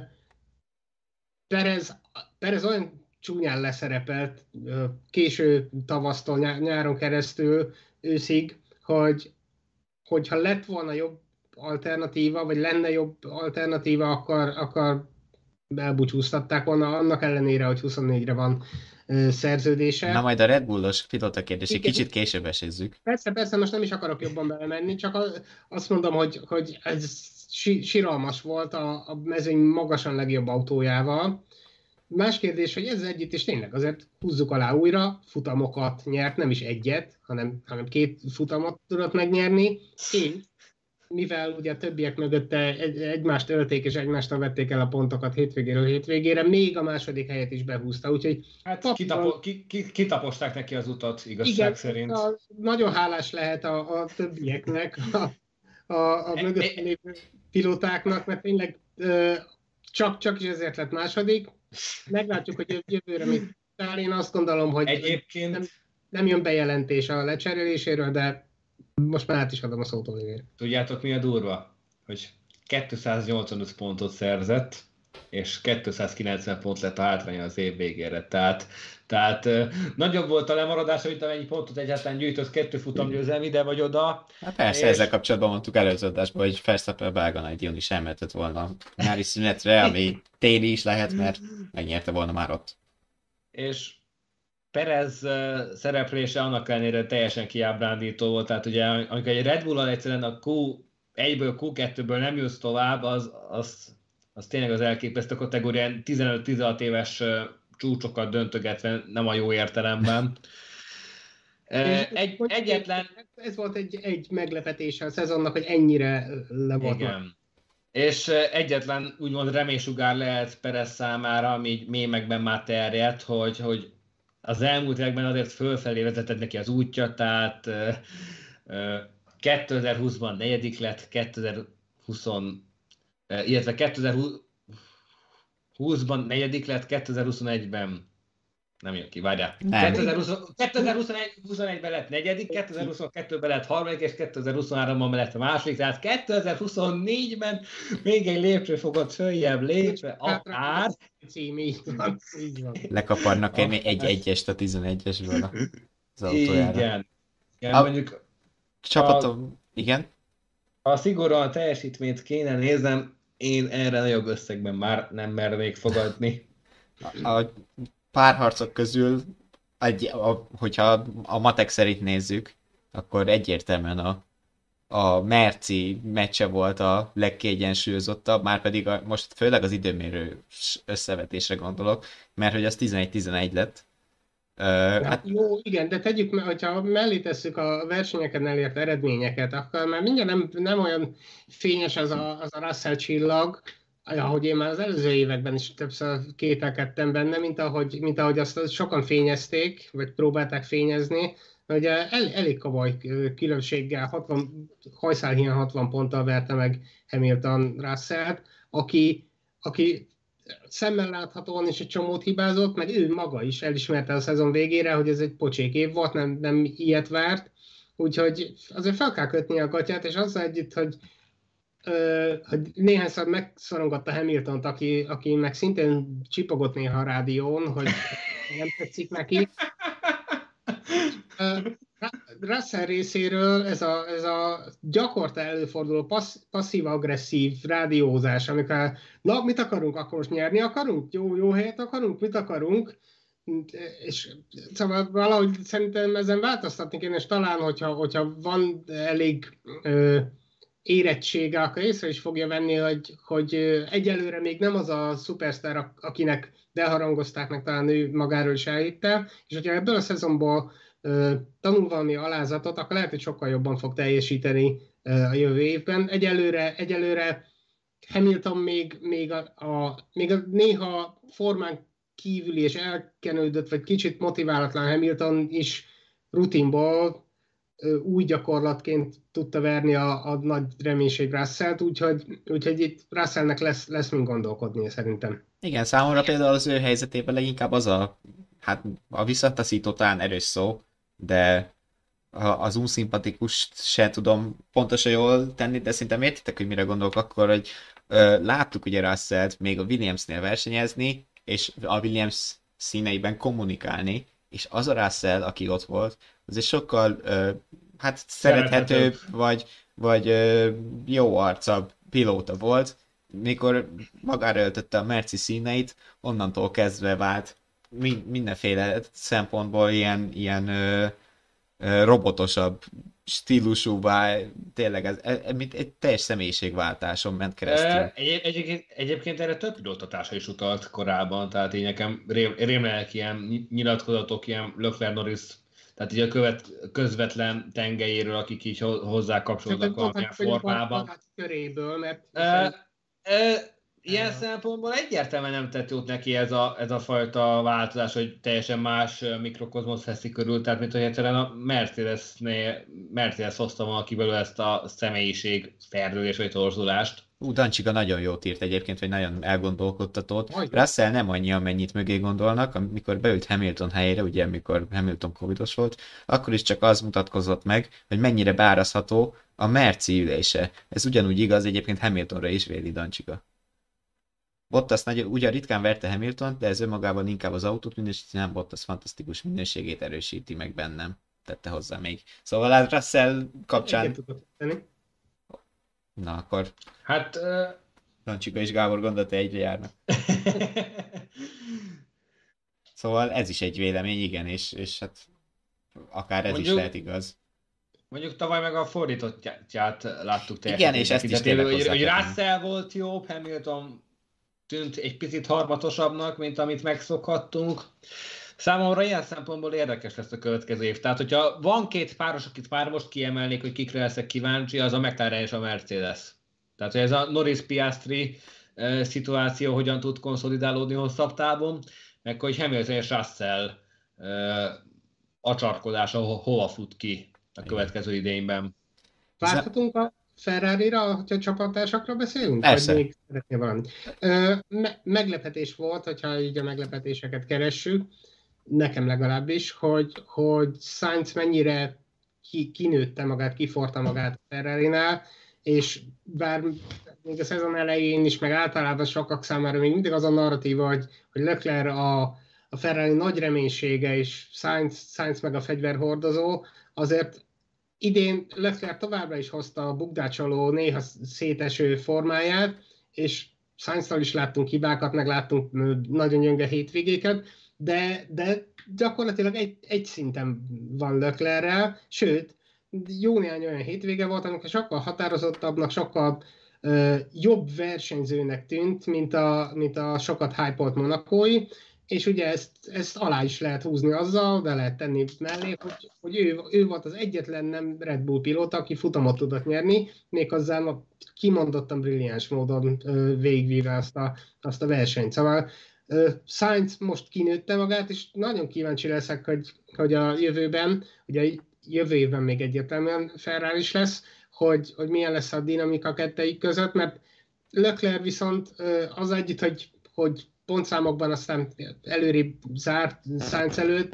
Perez, Perez olyan csúnyán leszerepelt késő tavasztól, nyáron keresztül őszig, hogy hogyha lett volna jobb alternatíva, vagy lenne jobb alternatíva, akkor, akkor elbúcsúztatták volna, annak ellenére, hogy huszonnégyre van szerződése. Na majd a Red Bullos pilóta kérdés, egy Igen. kicsit később esézzük. Persze, persze, most nem is akarok jobban belemenni, csak azt mondom, hogy, hogy ez siralmas volt a, a mezőny magasan legjobb autójával. Más kérdés, hogy ezzel együtt is tényleg azért húzzuk alá újra, futamokat nyert, nem is egyet, hanem, hanem két futamot tudott megnyerni, és mivel ugye a többiek mögötte egy, egymást ölték és egymástól vették el a pontokat hétvégéről hétvégére, még a második helyet is behúzta, úgyhogy... Hát kitapo, ki, ki, kitaposták neki az utat, igazság igen, szerint. A, nagyon hálás lehet a, a többieknek, a, a, a mögötte lévő pilótáknak, mert tényleg csak, csak is ezért lett második. Meglátjuk, hogy jövőre mit áll. Én azt gondolom, hogy Egyébként... nem, nem jön bejelentés a lecseréléséről, de most már át is adom a szót Olivér. Tudjátok, mi a durva? Hogy kétszáznyolcvanöt pontot szerzett, és kétszázkilencven pont lett a hátránya az év végére. Tehát, tehát nagyobb volt a lemaradás, mint amennyi pontot egyáltalán gyűjtött kettő futamgyőzelmi ide vagy oda. Hát persze, és... ezzel kapcsolatban mondtuk előző adásban, hogy Verstappen belga nagy díjon is elmehetett volna a nyári szünetre, ami téli is lehet, mert megnyerte volna már ott. És Perez szereplése annak ellenére teljesen kiábrándító volt, tehát ugye amikor egy Red Bull-al egyszerűen a kú egyből kú kettőből nem jössz tovább, az, az, az tényleg az elképesztő kategórián tizenöt-tizenhat éves csúcsokat döntögetve, nem a jó értelemben. Egy, egyetlen... Ez volt egy, egy meglepetése a szezonnak, hogy ennyire le volt. Igen. És egyetlen úgymond reménysugár lehet Perez számára, ami így mémekben már terjedt, hogy, hogy az elmúlt években azért fölfelé vezetett neki az útja, tehát uh, uh, kétezer-húszban negyedik lett, kétezer-húsz, uh, illetve kétezer-húszban negyedik lett, kétezer-huszonegyben nem jön ki, várjál. kétezer-huszonegyben lett negyedik, kétezer-huszonkettőben lett harmadik, és kétezer-huszonháromban lett a második, tehát kétezer-huszonnégyben még egy lépcsőfokot följebb lépve a ár. Lekaparnak enni egy egyest a tizenegyesből az autójára. Igen. Igen a mondjuk csapatom, a, igen? Ha szigorúan teljesítményt kéne néznem, én erre nagyobb összegben már nem mernék fogadni. A, a párharcok közül, egy, a, hogyha a matek szerint nézzük, akkor egyértelműen a, a Merci meccse volt a legkiegyensúlyozottabb, már pedig a, most főleg az időmérő összevetésre gondolok, mert hogy az tizenegy-tizenegy lett. Uh, hát, hát jó, igen, de tegyük, hogyha mellé tesszük a versenyeken elért eredményeket, akkor már mindjárt nem, nem olyan fényes az a, az a Russell csillag, ahogy én már az előző években is többször kételkedtem benne, mint ahogy, mint ahogy azt sokan fényezték, vagy próbálták fényezni. Ugye el, elég komoly különbséggel, hatvan, hajszálhiány hatvan ponttal verte meg Hamilton Russellt, aki, aki szemmel láthatóan is egy csomót hibázott, meg ő maga is elismerte a szezon végére, hogy ez egy pocsék év volt, nem, nem ilyet várt. Úgyhogy azért fel kell kötni a gatyát, és azzal együtt, hogy Uh, hogy néhányszor megszorongatta Hamiltont, aki, aki meg szintén csipogott néha a rádión, hogy nem tetszik neki. Uh, Russell részéről ez a, ez a gyakorta előforduló passz, passzív-agresszív rádiózás, amikor na, mit akarunk, akkor most nyerni akarunk? Jó, jó helyet akarunk? Mit akarunk? És szóval valahogy szerintem ezen változtatni kéne, és talán, hogyha, hogyha van elég uh, érettsége, akkor észre is fogja venni, hogy, hogy egyelőre még nem az a szupersztár, akinek beharangozták, meg talán ő magáról is elhitte, és hogyha ebből a szezonból uh, tanul valami alázatot, akkor lehet, hogy sokkal jobban fog teljesíteni uh, a jövő évben. Egyelőre, egyelőre Hamilton még, még, a, a, még a néha formán kívüli és elkenődött, vagy kicsit motiválatlan Hamilton is rutinból új gyakorlatként tudta verni a, a nagy reménység Russellt, úgyhogy, úgyhogy itt Russellnek lesz, lesz mind gondolkodnia szerintem. Igen, számomra például az ő helyzetében leginkább az a, hát a visszataszító talán erős szó, de az unszimpatikus se tudom pontosan jól tenni, de szerintem értitek, hogy mire gondolok akkor, hogy ö, láttuk ugye Russellt még a Williamsnél versenyezni, és a Williams színeiben kommunikálni, és az a Russell, aki ott volt, az egy sokkal ö, hát szerethetőbb, vagy, vagy ö, jó arcabb pilóta volt, mikor magára öltötte a Merci színeit, onnantól kezdve vált mi, mindenféle szempontból ilyen, ilyen ö, ö, robotosabb stílusúvá, tényleg ez, ez, mint egy teljes személyiségváltáson ment keresztül. Egy, egyébként, egyébként erre több pilótatása is utalt korábban, tehát így nekem rém, rémlelek ilyen nyilatkozatok, ilyen Leclerc Norris, tehát így a követ, közvetlen tengelyéről, akik így hozzá kapcsolódnak valamilyen formában. Köréből, mert... E, e, ilyen e... szempontból egyértelműen nem tett jót neki ez a, ez a fajta változás, hogy teljesen más mikrokozmosz veszi körül, tehát mint hogy egyszerűen a Mercedesnél, Mercedes hozta volna ki belőle ezt a személyiség ferdülés vagy torzulást. Ú, Dancsika nagyon jót írt egyébként, vagy nagyon elgondolkodtatott. Russell nem annyi, amennyit mögé gondolnak, amikor beült Hamilton helyére, ugye amikor Hamilton covidos volt, akkor is csak az mutatkozott meg, hogy mennyire beárazható a Merci ülése. Ez ugyanúgy igaz egyébként Hamiltonra is, véli Dancsika. Bottas nagyon, ugyan ritkán verte Hamiltont, de ez önmagában inkább az autót minősíti, nem Bottas fantasztikus minőségét erősíti meg bennem. Tette hozzá még. Szóval hát Russell kapcsán... Na akkor... Hát... Uh... Dancsika és Gábor gondolata egyre járnak. Szóval ez is egy vélemény, igen, és, és hát akár ez mondjuk, is lehet igaz. Mondjuk tavaly meg a fordítottját láttuk teljesen. Igen, és ezt is tényleg hogy, hogy Russell volt jobb, Hamilton tűnt egy picit harmatosabbnak, mint amit megszokhattunk. Számomra ilyen szempontból érdekes lesz a következő év. Tehát, hogyha van két páros, akit már most kiemelnék, hogy kikre leszek kíváncsi, az a McLaren és a Mercedes. Tehát, hogy ez a Norris-Piastri uh, szituáció hogyan tud konszolidálódni hosszabb távon, meg hogy Hamilton és Russell uh, acsarkodása ho- hova fut ki a következő idényben. Várhatunk a Ferrari-ra, hogyha csapattársakra beszélünk? Persze. Vagy még szeretné valami? Uh, me- meglepetés volt, hogyha így a meglepetéseket keressük, nekem legalábbis, hogy, hogy Sainz mennyire ki, kinőtte magát, kiforta magát a Ferrari-nál, és bár még a szezon elején is, meg általában sokak számára még mindig az a narratíva, hogy, hogy Leclerc a, a Ferrari nagy reménysége, és Sainz, Sainz meg a fegyverhordozó, azért idén Leclerc továbbra is hozta a bukdácsoló, néha széteső formáját, és Sainztól is láttunk hibákat, meg láttunk nagyon gyönge hétvégéket, de, de gyakorlatilag egy, egy szinten van Leclerrel, sőt, jó néhány olyan hétvége volt, amikor sokkal határozottabbnak, sokkal uh, jobb versenyzőnek tűnt, mint a, mint a sokat hype-olt Monacói, és ugye ezt, ezt alá is lehet húzni azzal, be lehet tenni mellé, hogy, hogy ő, ő volt az egyetlen nem Red Bull pilóta, aki futamot tudott nyerni, méghozzá kimondottan brilliáns módon uh, végigvíve azt a, azt a versenyt. Szóval uh, Sainz most kinőtte magát, és nagyon kíváncsi leszek, hogy, hogy a jövőben, ugye jövő évben még egyértelműen Ferrari is lesz, hogy, hogy milyen lesz a dinamika kettejük között, mert Leclerc viszont az együtt, hogy, hogy pontszámokban aztán előrébb zárt Sainz előtt,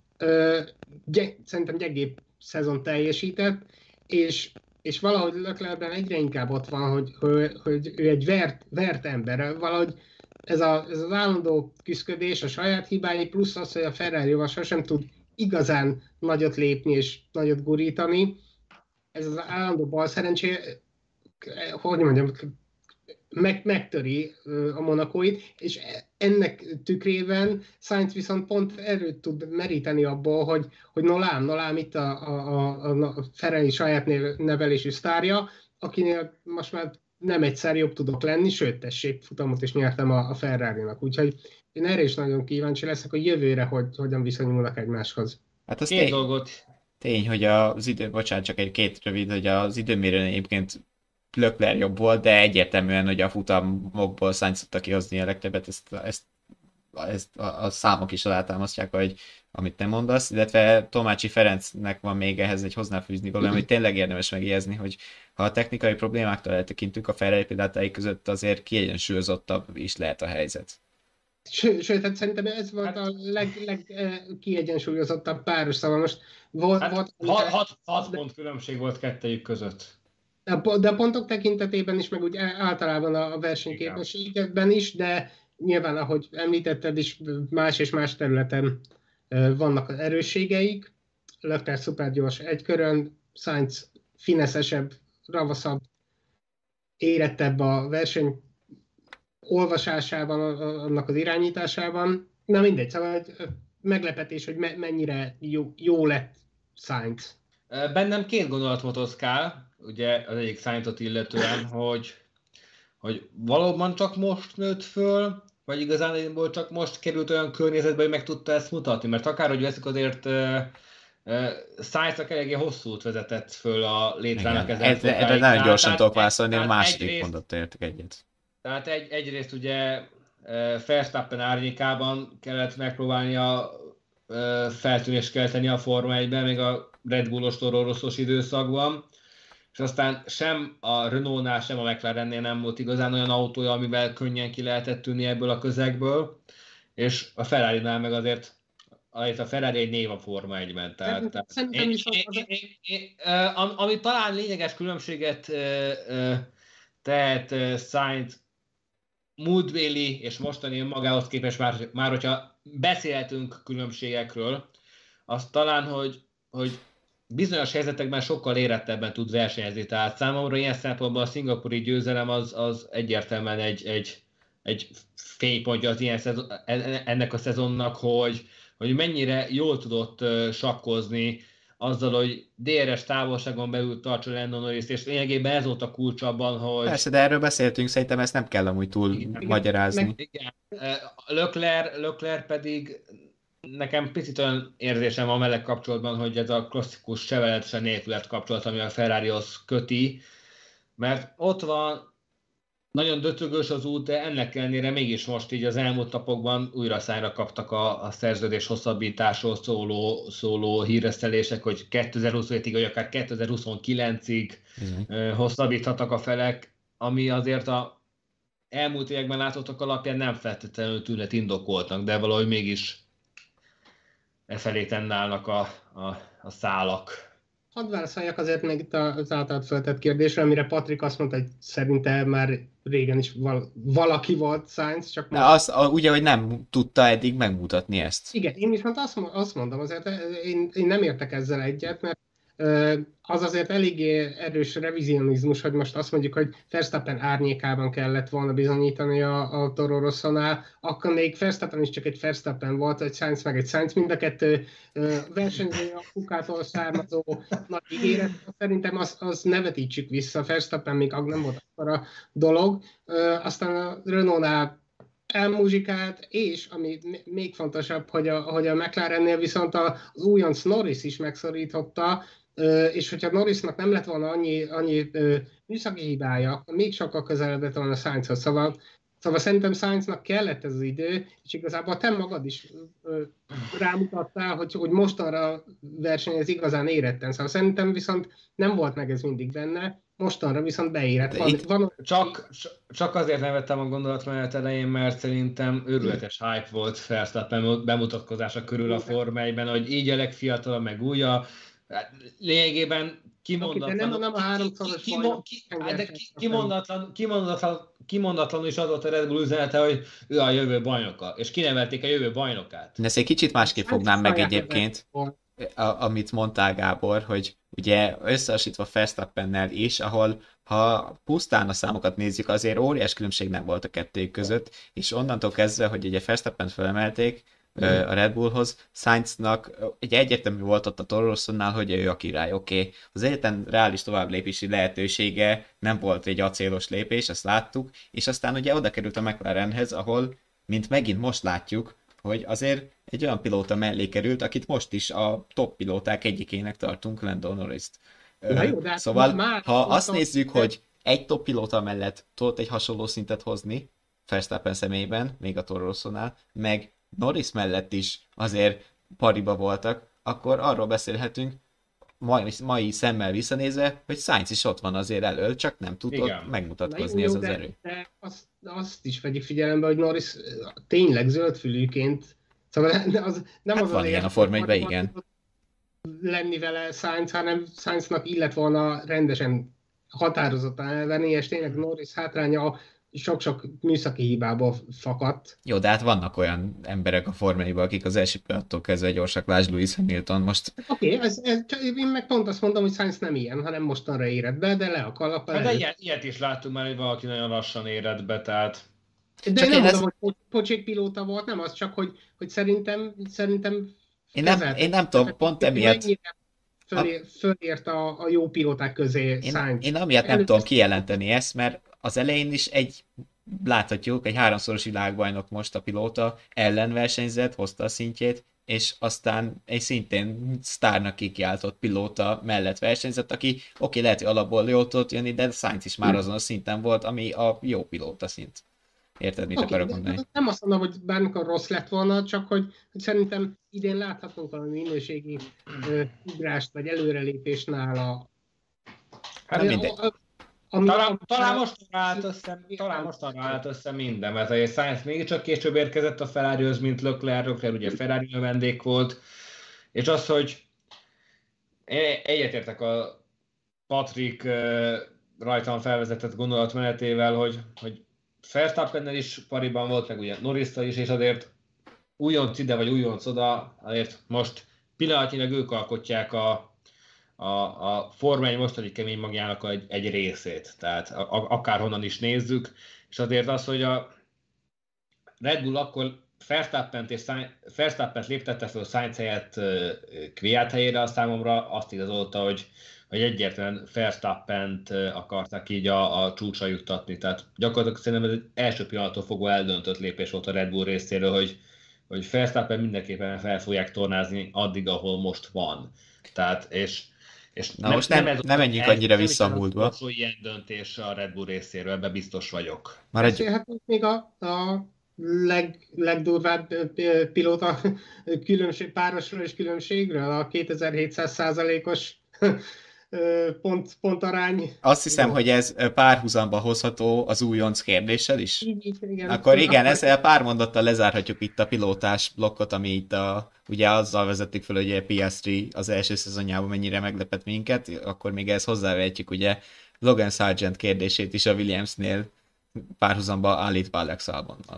gyeng, szerintem gyengébb szezon teljesített, és, és valahogy Leclercben egyre inkább ott van, hogy, hogy, hogy ő egy vert, vert ember, valahogy ez, a, ez az állandó küszködés, a saját hibái, plusz az, hogy a Ferrari-val sosem tud igazán nagyot lépni és nagyot gurítani. Ez az állandó bal szerencsé, hogy mondjam, meg, megtöri a Monacóit, és ennek tükrében Sainz viszont pont erőt tud meríteni abból, hogy, hogy nolám, nolám itt a, a, a, a Ferrari saját nevelésű sztárja, akinél most már nem egyszer jobb tudok lenni, sőt, tessék, futamot is nyertem a, a Ferrari-nak. Úgyhogy én erre is nagyon kíváncsi leszek, hogy jövőre hogy, hogyan viszonyulnak egymáshoz. Hát az Két tény, dolgot. tény, hogy az idő, bocsánat, csak egy két rövid, hogy az időmérőn egyébként Leclerc jobb volt, de egyértelműen, hogy a futamokból Sainz tudta kihozni a legtöbbet, ezt, ezt, ezt a, a számok is alátámasztják, hogy amit te mondasz, illetve Tomácsi Ferencnek van még ehhez egy hozzáfűzni valami, hogy tényleg érdemes megjegyezni, hogy ha a technikai problémáktól eltekintünk, a Ferrari pilótái között azért kiegyensúlyozottabb is lehet a helyzet. Sőt, sőt, hát szerintem ez volt Hát- a legkiegyensúlyozottabb páros, szóval most volt... Hát volt hat, hat, hat pont különbség volt kettejük között. de a pontok tekintetében is, meg úgy általában a versenyképességben is, de nyilván, ahogy említetted is, más és más területen vannak az erősségeik. Leclerc szupergyors egy körön, Sainz fineszesebb, ravaszabb, érettebb a verseny olvasásában, annak az irányításában. Na mindegy, szóval meglepetés, hogy me- mennyire jó, jó lett Sainz. Bennem két gondolat motoszkál, ugye az egyik Sainzot illetően, hogy, hogy valóban csak most nőtt föl, vagy igazán csak most került olyan környezetbe, hogy meg tudta ezt mutatni, mert akárhogy veszik, azért uh, uh, Sainznak eléggé hosszú út vezetett föl a létrának ezen Ez, erre nagyon gyorsan tudok válaszolni, a második egyrészt, mondattal értek egyet. Tehát egy, egyrészt ugye uh, Verstappen árnyékában kellett megpróbálnia uh, feltűnést kelteni a Forma egyben, még a Red Bullos Toro Rossos időszakban, és aztán sem a Renault-nál, sem a McLarennél nem volt igazán olyan autója, amivel könnyen ki lehetett tűnni ebből a közegből, és a Ferrari-nál meg azért a Ferrari egy név a Forma egyben. Tehát, tehát Szerintem én, viszont én, az... én, én, én, ami talán lényeges különbséget tehet Sainz múltbéli és mostani önmagához képest, már, már hogyha beszélhetünk különbségekről, az talán, hogy, hogy bizonyos helyzetekben sokkal érettebben tud versenyezni. Tehát számomra ilyen szempontból a szingapúri győzelem az, az egyértelműen egy, egy, egy fénypontja az ilyen szezon, ennek a szezonnak, hogy, hogy mennyire jól tudott sakkozni azzal, hogy dé er es távolságon belül tartsa Lando Norris, és lényegében ez volt a kulcs abban, hogy... Persze, de erről beszéltünk, szerintem ezt nem kell amúgy túl igen, magyarázni. Meg, igen. Leclerc, Leclerc pedig nekem picit olyan érzésem van vele kapcsolatban, hogy ez a klasszikus seveletesen nélkület kapcsolat, ami a Ferrarihoz köti, mert ott van, nagyon döcögös az út, de ennek ellenére mégis most így az elmúlt napokban újra szájra kaptak a, a szerződés hosszabbításról szóló, szóló híresztelések, hogy kétezer-huszonhétig vagy akár kétezer-huszonkilencig uh, hosszabbíthatnak a felek, ami azért a elmúlt években látottak alapján nem feltétlenül tűnhet indokoltnak, de valahogy mégis e felé tendálnak a, a, a szálak. Hadd válaszoljak azért még itt az általad feltett kérdésre, amire Patrik azt mondta, hogy szerinte már régen is val- valaki volt Sainz, csak most... De az, a, ugye, hogy nem tudta eddig megmutatni ezt. Igen, én viszont azt, azt mondom, azért én, én nem értek ezzel egyet, mert az azért eléggé erős revizionizmus, hogy most azt mondjuk, hogy Verstappen árnyékában kellett volna bizonyítani a, a Toro Rossonál, akkor még Verstappen is csak egy Verstappen volt, egy Sainz meg egy Sainz, mind a kettő versenyző a kukától származó nagy ígéret. Szerintem az, az ne vetítsük vissza, Verstappen még nem volt akkor a dolog. Aztán a Renault-nál elmuzsikált, és ami még fontosabb, hogy a, hogy a McLarennél viszont az újonc Norris is megszorította, és hogyha Norrisnak nem lett volna annyi, annyi műszaki hibája, akkor még sokkal közelebb lett volna Sainzhoz. Szóval, szóval szerintem Sainznak kellett ez az idő, és igazából te magad is rámutattál, hogy, hogy mostanra versenyez igazán éretten. Szóval szerintem viszont nem volt meg ez mindig benne, mostanra viszont beérett. Van, Itt... van... Csak, csak azért nem vettem a gondolatmenet elején, mert szerintem őrületes hype volt Verstappen bemutatkozása körül a Forma egyben, hogy így a legfiatalabb, meg újja. Lényegében kimondatlanul, nem, nem a háromszoros ki, ki, ki, ki, kimondatlan, kimondatlan, kimondatlanul is az volt a Red Bull üzenete, hogy ő a jövő bajnoka, és kinevelték a jövő bajnokát. De ezt egy kicsit másképp fognám meg egyébként, a, amit mondtál Gábor, hogy ugye összehasonlítva Verstappennel is, ahol ha pusztán a számokat nézzük, azért óriás különbség nem volt a kettőjük között, és onnantól kezdve, hogy ugye Verstappent felemelték, a Red Bullhoz. Sainznak egy egyértelmű volt ott a Toro Rossónál, hogy ő a király, oké. Okay. Az egyetlen reális továbblépési lehetősége nem volt egy acélos lépés, azt láttuk, és aztán ugye oda került a McLarenhez, ahol, mint megint most látjuk, hogy azért egy olyan pilóta mellé került, akit most is a top pilóták egyikének tartunk, Lando Norrist. Jó, szóval, már ha azt nézzük, hogy egy top pilóta mellett tudott egy hasonló szintet hozni, Verstappen személyében, még a Toro Rossónál, meg Norris mellett is azért pariba voltak, akkor arról beszélhetünk, mai, mai szemmel visszanézve, hogy Sainz is ott van azért elől, csak nem tudott Igen. megmutatkozni jó, ez az de, erő. De azt, azt is vegyük figyelembe, hogy Norris tényleg zöldfülűként, szóval az, nem hát az van az ilyen a Forma egyben, igen. lenni vele Sainz, hanem Sainznak illet volna rendesen határozottan elvenni, és tényleg Norris hátránya sok-sok műszaki hibából fakadt. Jó, de hát vannak olyan emberek a Forma-ban, akik az első pillanattól kezdve gyorsak, lásd Lewis Hamilton most. Oké, okay, ez, ez, én meg pont azt mondom, hogy Sainz nem ilyen, hanem mostanra érett be, de le a kalap. Hát de ilyet, ilyet is láttunk már, hogy valaki nagyon lassan érett be, tehát... De csak én nem mondom, ez... hogy pocsék pilóta volt, nem az, csak hogy, hogy szerintem, szerintem én nem, én nem tudom, pont emiatt... Fölér, fölért a, a jó pilóták közé Sainz. Én, én amiatt nem tudom kijelenteni ezt, mert az elején is egy, láthatjuk, egy háromszoros világbajnok most a pilóta ellen versenyzett, hozta a szintjét, és aztán egy szintén sztárnak kikiáltott pilóta mellett versenyzett, aki oké, okay, lehet, hogy alapból jól tudott jönni, de Sainz is már azon a szinten volt, ami a jó pilóta szint. Érted, mit okay, akarok mondani? Nem azt mondom, hogy bármikor rossz lett volna, csak hogy, hogy szerintem idén láthatunk valami minőségi uh, ugrást, vagy előrelépést nála. Hát ami, mindegy. A, ami, talán, a, talán, most állt össze, talán most állt össze minden, mert a Sainz mégiscsak később érkezett a Ferrarihoz, mint Leclerc, Leclerc ugye Ferrari növendék volt, és az, hogy egyetértek a Patrick uh, rajtam felvezetett gondolatmenetével, hogy, hogy Verstappennel is pariban volt, meg ugye Norrisszal is, és azért újonc ide, vagy újonc oda, azért most pillanatnyilag ők alkotják a, a, a Forma egy mostani kemény magjának egy, egy részét, tehát a, a, akárhonnan is nézzük, és azért az, hogy a Red Bull akkor Verstappent és Verstappent léptette fel a Sainz helyett Kvyat helyére, a számomra azt igazolta, hogy hogy egyértelműen Verstappent akarták így a, a csúcsra juttatni. Tehát gyakorlatilag szerintem ez egy első pillanattól fogva eldöntött lépés volt a Red Bull részéről, hogy, hogy Verstappen mindenképpen fel fogják tornázni addig, ahol most van. Tehát, és, és Na nem, most nem, nem, nem menjünk annyira vissza a múltba. Nem ilyen döntés a Red Bull részéről, ebben biztos vagyok. Már egy... Hát még a, a leg, legdurvább pilóta különbség, párosról és különbségről, a kétezer-hétszáz százalékos Pont, pont arány. Azt hiszem, hogy ez párhuzamba hozható az újonc kérdéssel is. Igen, Akkor igen, ezzel pár mondattal lezárhatjuk itt a pilótás blokkot, ami itt a, ugye azzal vezettük fel, hogy a Piastri az első szezonjában mennyire meglepett minket, akkor még ezt hozzávehetjük ugye Logan Sargent kérdését is a Williamsnél párhuzamba állítva Alex Albonnal.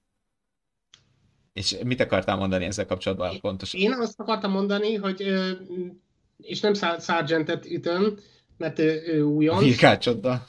És mit akartál mondani ezzel kapcsolatban pontosan? Én azt akartam mondani, hogy és nem Sargentet ütöm, mert ő, ő újonc. A virkácsoddal.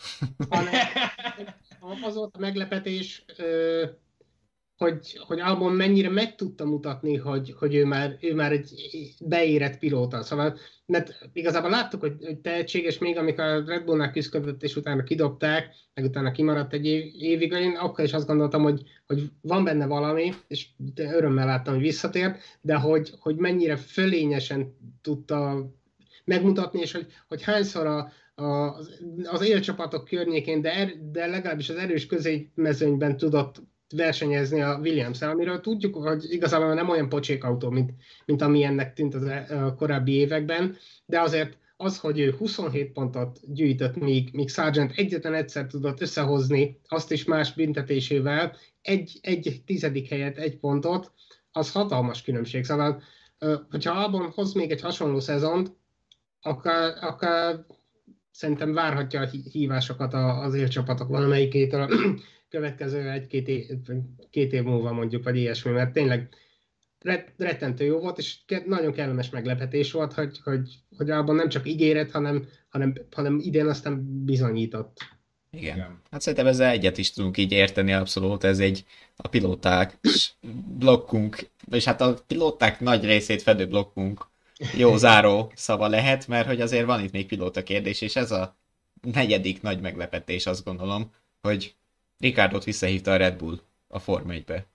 Az volt a meglepetés, hogy, hogy Albon mennyire meg tudta mutatni, hogy, hogy ő, már, ő már egy beérett pilóta. Szóval, mert igazából láttuk, hogy, hogy tehetséges még, amikor a Red Bullnál küzdött, és utána kidobták, meg utána kimaradt egy év, évig, én akkor is azt gondoltam, hogy, hogy van benne valami, és örömmel láttam, hogy visszatért, de hogy, hogy mennyire fölényesen tudta megmutatni, és hogy, hogy hányszor a, a, az élcsapatok környékén, de, er, de legalábbis az erős középmezőnyben tudott versenyezni a Williams-el, amiről tudjuk, hogy igazából nem olyan pocsék autó, mint, mint ami ennek tűnt az a korábbi években, de azért az, hogy ő huszonhét pontot gyűjtött, míg, míg Sargent egyetlen egyszer tudott összehozni, azt is más büntetésével, egy, egy tizedik helyet, egy pontot, az hatalmas különbség. Szóval, hogyha Albon hoz még egy hasonló szezont, akkor, akkor szerintem várhatja a hívásokat az élcsapatok valamelyikétől a következő egy-két év, két év múlva mondjuk, vagy ilyesmi, mert tényleg rettentő jó volt, és nagyon kellemes meglepetés volt, hogy, hogy, hogy Albon nem csak ígéret, hanem, hanem, hanem idén aztán bizonyított. Igen. Igen. Hát szerintem ezzel egyet is tudunk így érteni abszolút, ez egy a pilóták blokkunk, és hát a pilóták nagy részét fedő blokkunk jó záró szava lehet, mert hogy azért van itt még pilóta kérdés, és ez a negyedik nagy meglepetés, azt gondolom, hogy Ricciardot visszahívta a Red Bull a Forma egybe.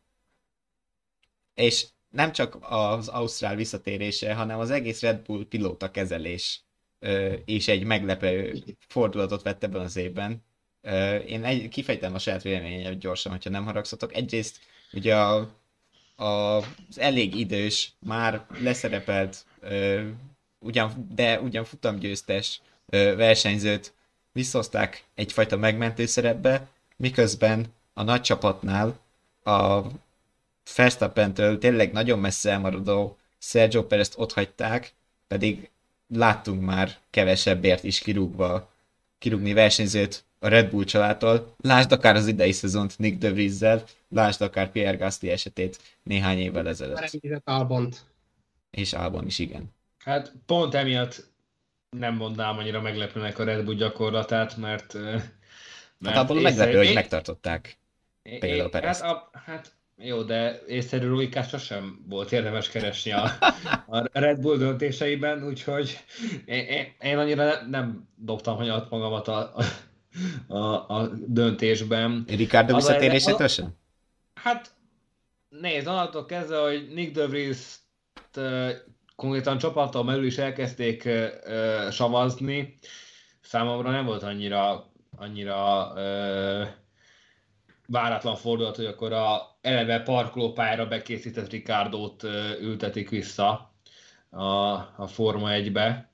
És nem csak az ausztrál visszatérése, hanem az egész Red Bull pilóta kezelés is egy meglepő fordulatot vett ebben az évben. Én egy, kifejtem a saját véleményemet gyorsan, hogyha nem haragszatok. Egyrészt ugye a, a, az elég idős, már leszerepelt, ugyan, de ugyan futamgyőztes versenyzőt visszahozták egyfajta megmentő szerepbe, miközben a nagy csapatnál a Verstappentől tényleg nagyon messze elmaradó Sergio Perezt ott hagyták, pedig láttunk már kevesebbért is kirúgva, kirúgni versenyzőt a Red Bull családtól. Lásd akár az idei szezont Nick de Vrieszel, lásd akár Pierre Gasly esetét néhány évvel ezelőtt. Már említett Albont. És Albon is, igen. Hát pont emiatt nem mondnám annyira meglepőnek a Red Bull gyakorlatát, mert... mert hát abból meglepő, hogy megtartották é, például é, Perezt. Hát, a, hát jó, de észszerű logikát sosem volt érdemes keresni a, a Red Bull döntéseiben, úgyhogy én, én, én annyira nem dobtam hanyat magamat a, a, a döntésben. Ricciardo visszatérésétől sem? Hát nézd, onnantól kezdve, hogy Nick de Vries-t uh, konkrétan csapattal belül is elkezdték uh, uh, savazni, számomra nem volt annyira, annyira uh, váratlan fordulat, hogy akkor a eleve parkolópályára bekészített Ricciardót ültetik vissza a, a Forma egybe.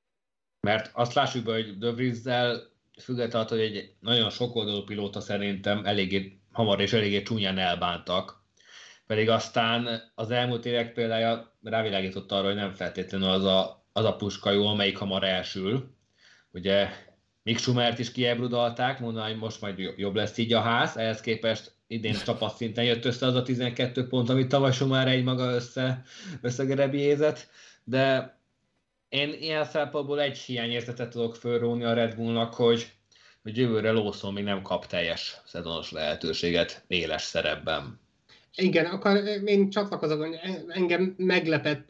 Mert azt lássuk be, hogy De Vrieszel függetlenül, hogy egy nagyon sokoldalú pilóta szerintem eléggé hamar és eléggé csúnyán elbántak. Pedig aztán az elmúlt évek példája rávilágított arra, hogy nem feltétlenül az a, az a puska jó, amelyik hamar elsül. Ugye Mick Schumachert is kiebrudalták, mondaná, hogy most majd jobb lesz így a ház, ehhez képest idén csapatszinten jött össze az a tizenkettő pont, amit tavaly Schumacher egy maga össze, összegerebjézett, de én ilyen szempontból egy hiányérzetet tudok fölróni a Red Bullnak, hogy, hogy jövőre Lawson még nem kap teljes szezonos lehetőséget éles szerepben. Igen, akkor én csatlakozok, hogy engem meglepett,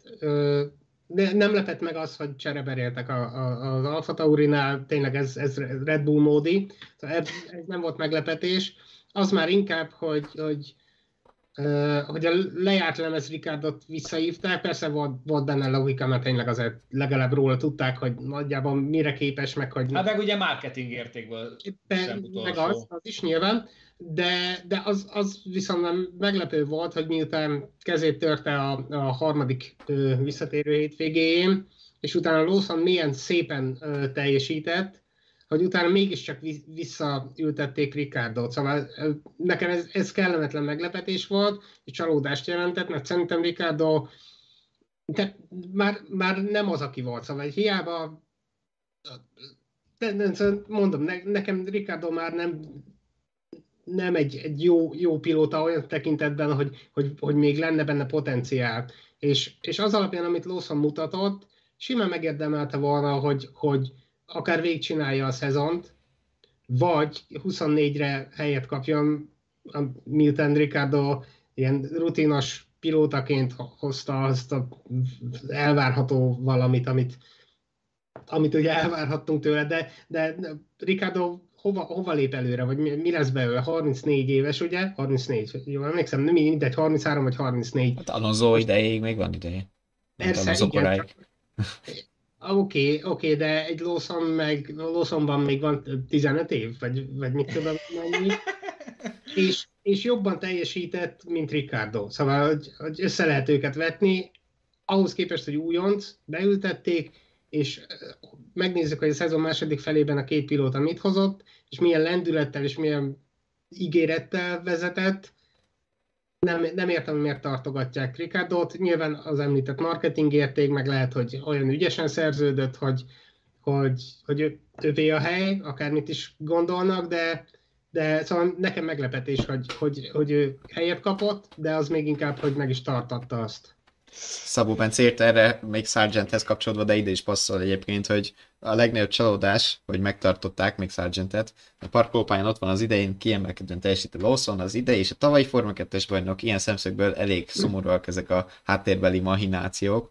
de nem lepett meg az, hogy csereberéltek a, a, az Alfa Taurinál, tényleg ez, ez Red Bull módi, ez, ez nem volt meglepetés. Az már inkább, hogy, hogy, uh, hogy a lejárt lemez Ricciardot visszahívták, persze volt, volt benne logika, mert tényleg azért legalább róla tudták, hogy nagyjából mire képes, meg hogy... Hát meg ugye marketing értékből sem utolsó. Meg az, az is nyilván, de, de az, az viszont meglepő volt, hogy miután kezét törte a, a harmadik ö, visszatérő hétvégéjén, és utána Lawson milyen szépen ö, teljesített, hogy utána mégiscsak visszaültették Ricciardot. Szóval nekem ez, ez kellemetlen meglepetés volt, és csalódást jelentett, mert szerintem Ricciardo de már, már nem az, aki volt. Szóval hiába, de, de, mondom, ne, nekem Ricciardo már nem, nem egy, egy jó, jó pilóta olyan tekintetben, hogy, hogy, hogy még lenne benne potenciál. És, és az alapján, amit Lawson mutatott, simán megérdemelte volna, hogy, hogy akár végigcsinálja a szezont, vagy huszonnégyre helyet kapjon, miután Ricciardo ilyen rutinos pilótaként hozta azt az elvárható valamit, amit, amit ugye elvárhattunk tőle, de, de Ricciardo hova, hova lép előre, vagy mi, mi lesz belőle? harmincnégy éves, ugye? harmincnégy, jól emlékszem, nem mindegy, harminchárom vagy harmincnégy. Hát Alonso idejéig még van ideje. Persze, igen. Oké, okay, okay, de egy Lawson meg, Lawsonban még van tizenöt év, vagy, vagy mit tudom mennyi, és, és jobban teljesített, mint Ricciardo. Szóval, hogy, hogy össze lehet őket vetni, ahhoz képest, hogy újonc, beültették, és megnézzük, hogy a szezon második felében a két pilóta mit hozott, és milyen lendülettel és milyen ígérettel vezetett. Nem, nem értem, hogy miért tartogatják Ricciardot. Nyilván az említett marketing érték, meg lehet, hogy olyan ügyesen szerződött, hogy, hogy, hogy ő, ővé a hely, akármit is gondolnak, de, de szóval nekem meglepetés, hogy, hogy, hogy ő helyet kapott, de az még inkább, hogy meg is tartatta azt. Szabó Bence írt erre még Sargenthez kapcsolódva, de ide is passzol egyébként, hogy a legnagyobb csalódás, hogy megtartották még Sargentet. A parkolópályán ott van az idején kiemelkedően teljesítő Lawson, az idei és a tavalyi Forma kettes bajnok, ilyen szemszögből elég szomorúak ezek a háttérbeli mahinációk.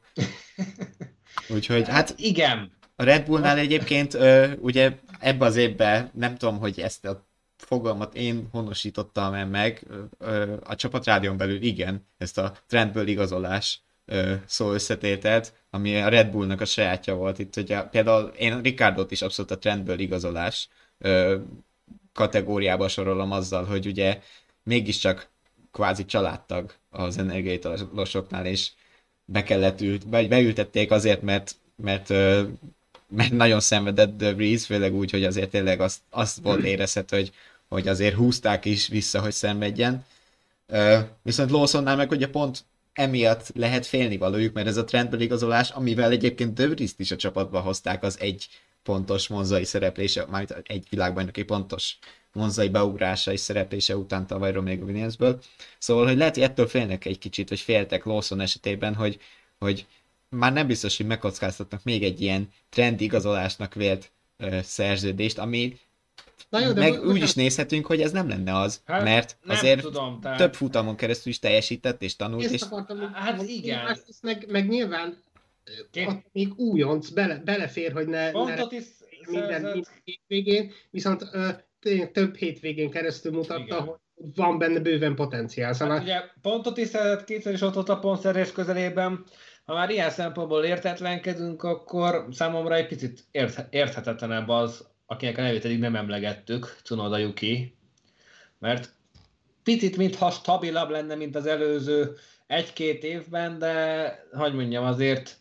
Úgyhogy hát igen. A Red Bullnál egyébként ö, ugye ebbe az évben nem tudom, hogy ezt a fogalmat én honosítottam meg, ö, a csapatrádión belül igen, ezt a trendből igazolás ö, szó összetételt, ami a Red Bullnak a sajátja volt itt, hogy a, például én Ricardot is abszolút a trendből igazolás ö, kategóriába sorolom azzal, hogy ugye mégiscsak kvázi családtag az energiaitalosoknál, és be kellett ült, be, beültették azért, mert, mert, mert nagyon szenvedett De Vries, főleg úgy, hogy azért tényleg azt, azt volt érezhető, hogy, hogy azért húzták is vissza, hogy szenvedjen. Viszont Lawsonnál meg ugye pont emiatt lehet félnivalójuk, mert ez a trendből igazolás, amivel egyébként De Vriest is a csapatba hozták, az egy pontos monzai szereplése, mármint egy világbajnoki pontos monzai beugrása és szereplése után tavalyról még a Williamsből. Szóval, hogy lehet, hogy ettől félnek egy kicsit, vagy féltek Lawson esetében, hogy, hogy már nem biztos, hogy megkockáztatnak még egy ilyen trend igazolásnak vélt ö, szerződést, ami Na jó, de meg úgy is nézhetünk, hogy ez nem lenne az, hát, mert azért tudom, tehát... több futamon keresztül is teljesített és tanult. Ezt és... akartam, hát igen. Ezt meg, meg nyilván még újonc, bele, belefér, hogy ne, ne is minden, minden hétvégén, viszont ö, több hétvégén keresztül mutatta, igen, hogy van benne bőven potenciál. Szóval... Hát ugye pontot is szerzett, kétszer is ott volt a pontszerzés közelében. Ha már ilyen szempontból értetlenkedünk, akkor számomra egy picit ért, érthetetlenebb az, akinek a nevét eddig nem emlegettük, Tsunoda Yuki, mert picit mintha stabilabb lenne, mint az előző egy-két évben, de hogy mondjam, azért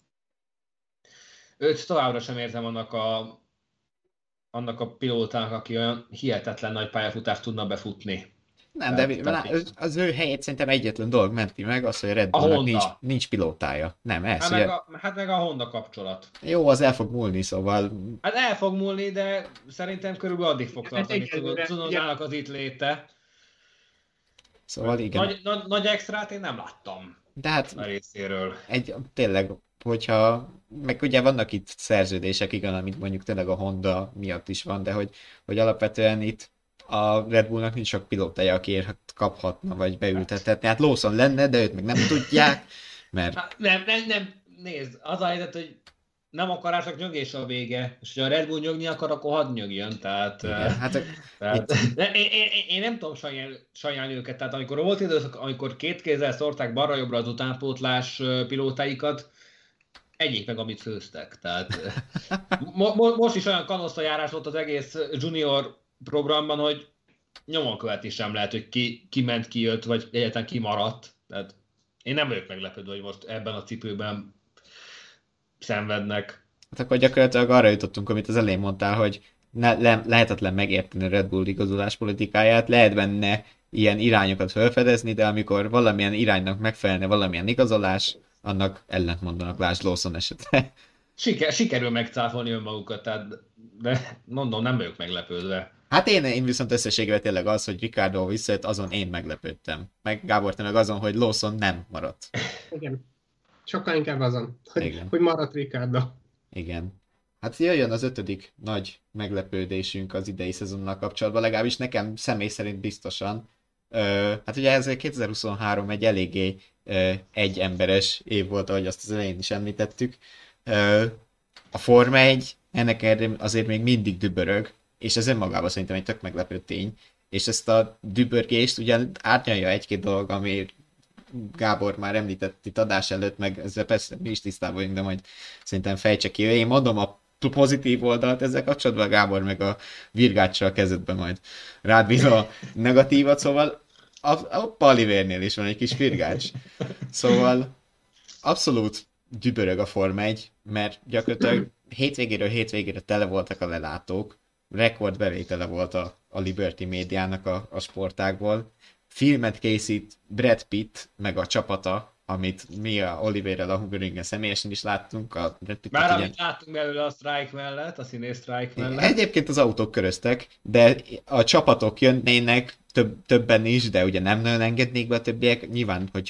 őt továbbra sem érzem annak a, annak a pilótának, aki olyan hihetetlen nagy pályafutást tudna befutni. Nem, de tehát, az, az ő helyét szerintem egyetlen dolog menti meg, az, hogy a Red Bullnak nincs, nincs pilótája. Nem, ez. Hát meg, a, hát meg a Honda kapcsolat. Jó, az el fog múlni, szóval... Hát el fog múlni, de szerintem körülbelül addig fog tartani Tsunodának az itt léte. Szóval igen. Nagy, nagy, nagy extrát én nem láttam de hát a részéről. Egy, tényleg, hogyha... Meg ugye vannak itt szerződések, igen, amit mondjuk tényleg a Honda miatt is van, de hogy, hogy alapvetően itt a Red Bullnak nincs sok pilótája, aki érhet, kaphatna, vagy beültethetni. Hát Lawson lenne, de őt meg nem tudják, mert... Hát nem, nem, nem, nézd, az a helyzet, hogy nem akarásnak nyögés a vége, és ha a Red Bull nyögni akar, akkor hadd nyögjön, tehát... Igen, hát, tehát itt... de én, én, én, nem tudom sajnálni, sajnálni őket, tehát amikor volt időszak, amikor két kézzel szórták balra-jobbra az utánpótlás pilótáikat, egyik meg, amit főztek, tehát... mo- mo- most is olyan kanosztajárás volt az egész junior programban, hogy nyomon követni sem lehet, hogy ki, ki ment, ki jött, vagy egyáltalán ki maradt. Tehát én nem vagyok meglepődve, hogy most ebben a cipőben szenvednek. Hát akkor gyakorlatilag arra jutottunk, amit az elején mondtál, hogy ne, le, lehetetlen megérteni a Red Bull igazolás politikáját, lehet benne ilyen irányokat felfedezni, de amikor valamilyen iránynak megfelelne valamilyen igazolás, annak ellentmondanak, lásd Lawson esetre. Siker, sikerül megcáfolni önmagukat, tehát, de mondom, nem vagyok meglepődve. Hát én, én viszont összességében tényleg az, hogy Ricciardo visszajött, azon én meglepődtem. Meg Gábor, te meg azon, hogy Lawson nem maradt. Igen. Sokkal inkább azon, hogy, hogy maradt Ricciardo. Igen. Hát jöjjön az ötödik nagy meglepődésünk az idei szezonnal kapcsolatban, legalábbis nekem személy szerint biztosan. Ö, hát ugye ez kétezer-huszonhárom egy eléggé ö, egyemberes év volt, ahogy azt az elején is említettük. Ö, a Forma egy ennek azért még mindig dübörög, és ez önmagában szerintem egy tök meglepő tény. És ezt a dübörgést ugyan árnyalja egy-két dolog, ami Gábor már említett itt adás előtt, meg ezzel persze mi is tisztában vagyunk, de majd szerintem fejtse ki. Én mondom a pozitív oldalt ezzel kapcsolatban, Gábor meg a virgáccsal kezdetben majd rád bízom a negatívat, szóval a, a Palivérnél is van egy kis virgács. Szóval abszolút dübörög a Forma egy, mert gyakorlatilag hétvégéről hétvégére tele voltak a lelátók, rekordbevétele volt a, a Liberty médiának a, a sportágból. Filmet készít Brad Pitt, meg a csapata, amit mi a Oliverrel a Hungaroringen személyesen is láttunk. A Már amit ugye... láttunk belőle a sztrájk mellett, a színész sztrájk mellett. Egyébként az autók köröztek, de a csapatok jönnének, több, többen is, de ugye nem nagyon engednék be a többiek. Nyilván, hogyha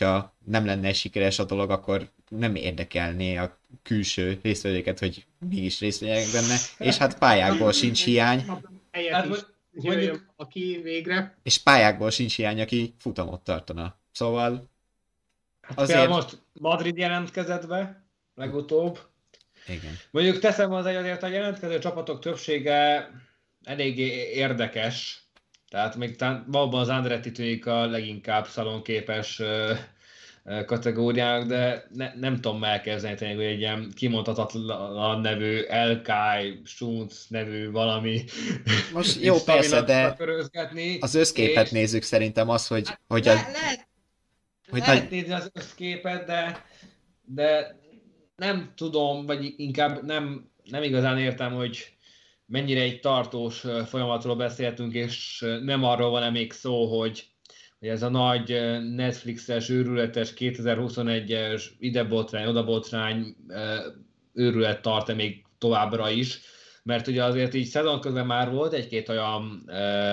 nem lenne sikeres a dolog, akkor nem érdekelné a külső résztvevőket, hogy mégis részt vegyenek benne, és hát pályákból sincs hiány. Hát, mondjuk, aki végre. És pályákból sincs hiány, aki futamot tartana. Szóval hát azért... most Madrid jelentkezett be, legutóbb. Igen. Mondjuk teszem az egy azért a jelentkező csapatok többsége eléggé érdekes. Tehát még valóban az Andretti tűnik a leginkább szalonképes kategóriának, de ne, nem tudom elképzelni tényleg, hogy egy ilyen kimondhatatlan nevű Elkai, Schunz nevű valami. Most jó, persze, de az összképet és... nézzük szerintem az, hogy... Hát hogy le, a... lehet hogy lehet nagy... nézni az összképet, de, de nem tudom, vagy inkább nem, nem igazán értem, hogy mennyire egy tartós folyamatról beszéltünk, és nem arról van-e még szó, hogy hogy ez a nagy Netflixes, őrületes, kétezer-huszonegyes ide-botrány, oda-botrány őrület tart-e még továbbra is, mert ugye azért így szezon közben már volt egy-két olyan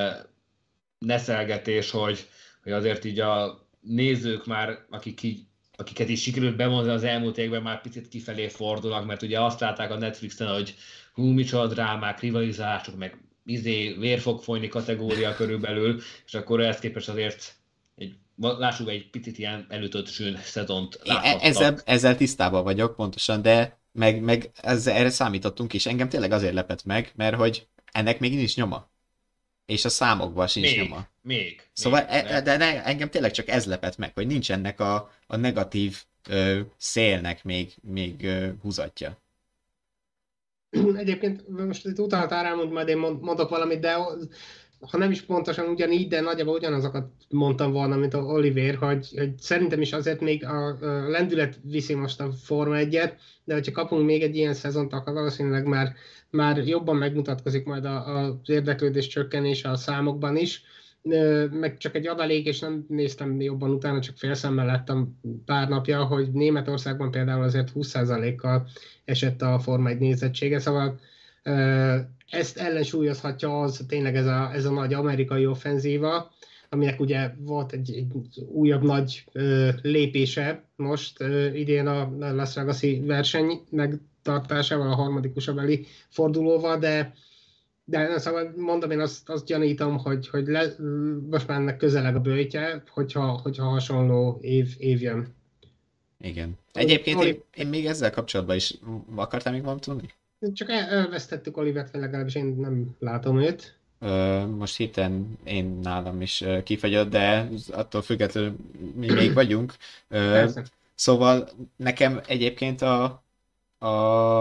neszelgetés, hogy, hogy azért így a nézők már, akik így, akiket is sikerült bevonni az elmúlt években, már picit kifelé fordulnak, mert ugye azt látták a Netflixen, hogy hú, micsoda drámák, rivalizálások, meg izé, vér fog folyni kategória körülbelül, és akkor ehhez képest azért egy, lássuk egy picit ilyen előtött sűn szezont láthattak. Ezzel, ezzel tisztában vagyok pontosan, de meg, meg ezzel, erre számítottunk is. Engem tényleg azért lepett meg, mert hogy ennek még nincs nyoma. És a számokban sincs még, nyoma. Még. Szóval még, e, de ne, engem tényleg csak ez lepett meg, hogy nincs ennek a, a negatív ö, szélnek még, még ö, húzatja. Egyébként most itt utaltál rám, hogy majd én mondok valamit, de ha nem is pontosan ugyanígy, de nagyjából ugyanazokat mondtam volna, mint a Oliver, hogy, hogy szerintem is azért még a, a lendület viszi most a Forma egyet, de hogyha kapunk még egy ilyen szezont, akkor valószínűleg már, már jobban megmutatkozik majd a, a, az érdeklődés csökkenése a számokban is. Meg csak egy adalék, és nem néztem jobban utána, csak félszemmel láttam pár napja, hogy Németországban például azért húsz százalékkal esett a Forma egy nézettsége, szóval ezt ellensúlyozhatja az tényleg ez a, ez a nagy amerikai offenzíva, aminek ugye volt egy, egy újabb nagy ö, lépése most ö, idén a Las Vegas-i verseny megtartásával, a harmadik u es á-beli fordulóval, de De szóval mondom, én azt, azt gyanítom, hogy, hogy le, most már ennek közeleg a böjtje, hogyha, hogyha hasonló év, év jön. Igen. Egyébként én, én még ezzel kapcsolatban is akartál még valamit tudni? Csak el, elvesztettük Olivert, vagy legalábbis én nem látom őt. Ö, most hirtelen én nálam is kifagyott, de attól függetlenül mi még vagyunk. Ö, szóval nekem egyébként a, a...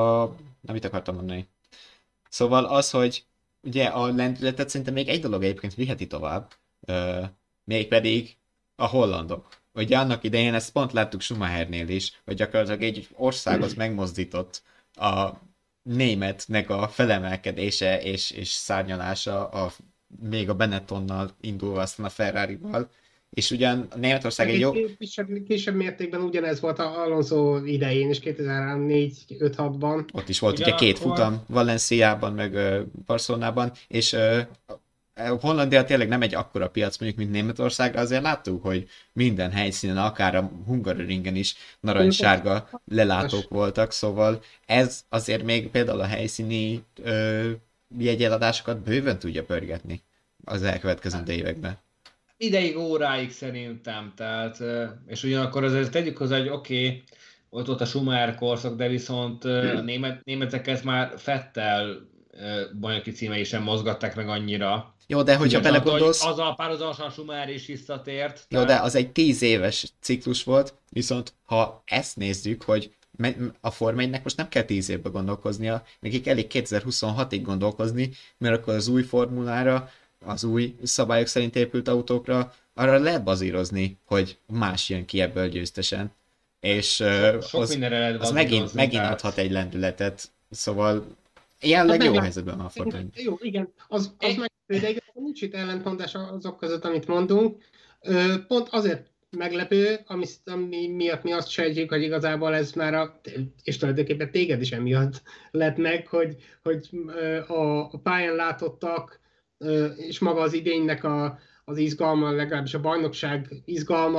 nem mit akartam mondani. Szóval az, hogy ugye a lendületet szerintem még egy dolog egyébként viheti tovább, ö, mégpedig a hollandok. Ugye annak idején ezt pont láttuk Schumachernél is, hogy gyakorlatilag egy országot megmozdított a németnek a felemelkedése és, és szárnyalása, a, még a Benettonnal indulva, aztán a Ferrarival, és ugyan Németország egy jó... Kisebb, kisebb mértékben ugyanez volt a Alonso idején is, kétezer-négy öt hatban. Ott is volt ugyan ugye két akkor... futam, Valenciában, meg uh, Barcelonában, és uh, Hollandia tényleg nem egy akkora piac, mondjuk, mint Németországra, azért láttuk, hogy minden helyszínen, akár a Hungaroringen is narancssárga lelátók voltak, szóval ez azért még például a helyszíni uh, jegyeladásokat bőven tudja pörgetni az elkövetkezendő években. Ideig, óráig szerintem, tehát, és ugyanakkor azért tegyük hozzá, hogy oké, okay, ott volt a Schumacher korszak, de viszont a német, németeket már Vettel bajnoki címei sem mozgatták meg annyira. Jó, de hogyha belegondolsz... Azzal párhuzamosan Schumacher is visszatért. Jó, de az egy tíz éves ciklus volt, viszont ha ezt nézzük, hogy a Forma egynek most nem kell tíz évbe gondolkoznia, nekik elég kétezer-huszonhatig gondolkozni, mert akkor az új formulára, az új szabályok szerint épült autókra, arra lehet bazírozni, hogy más jön ki ebből győztesen. És sok, sok az, lehet az megint, megint tehát... adhat egy lendületet. Szóval jelenleg jó helyzetben van a Forma egy. Jó, igen, az, az meg, de igazából nincs itt ellentmondás azok között, amit mondunk. Pont azért meglepő, ami, ami miatt mi azt sejtjük, hogy igazából ez már a, és tulajdonképpen téged is emiatt lett meg, hogy, hogy a, a pályán látottak, és maga az idénynek a, az izgalma, legalábbis a bajnokság izgalma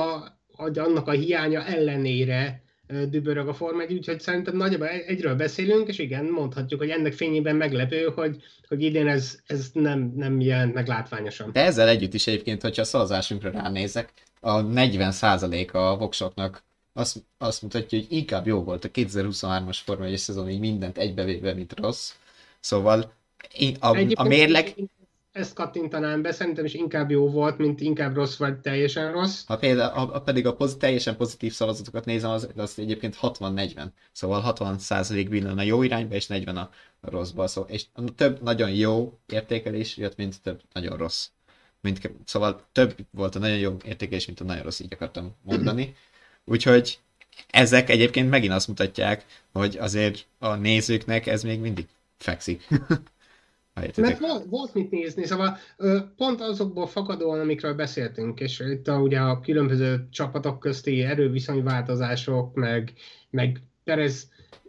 hogy annak a hiánya ellenére dübörög a Forma egy, úgyhogy szerintem nagyjából egyről beszélünk, és igen, mondhatjuk, hogy ennek fényében meglepő, hogy, hogy idén ez, ez nem, nem jelent meg látványosan. De ezzel együtt is egyébként, hogyha a szavazásunkra ránézek, a negyven százaléka a voksoknak azt, azt mutatja, hogy inkább jó volt a kétezer-huszonhármas Forma egy szezon, így mindent egybevéve, mint rossz. Szóval a, a mérleg... Ezt kattintanám be, szerintem is inkább jó volt, mint inkább rossz vagy teljesen rossz. Ha például ha pedig a pozit, teljesen pozitív szavazatokat nézem, az, az egyébként hatvan negyven. Szóval hatvan százalék villan a jó irányba, és negyven a rosszba. Szóval, és több nagyon jó értékelés jött, mint több nagyon rossz. Mint, szóval több volt a nagyon jó értékelés, mint a nagyon rossz, így akartam mondani. Úgyhogy ezek egyébként megint azt mutatják, hogy azért a nézőknek ez még mindig fekszik. Mert volt, volt mit nézni, szóval pont azokból fakadóan, amikről beszéltünk, és itt a, ugye a különböző csapatok közti erőviszonyváltozások, meg, meg Perez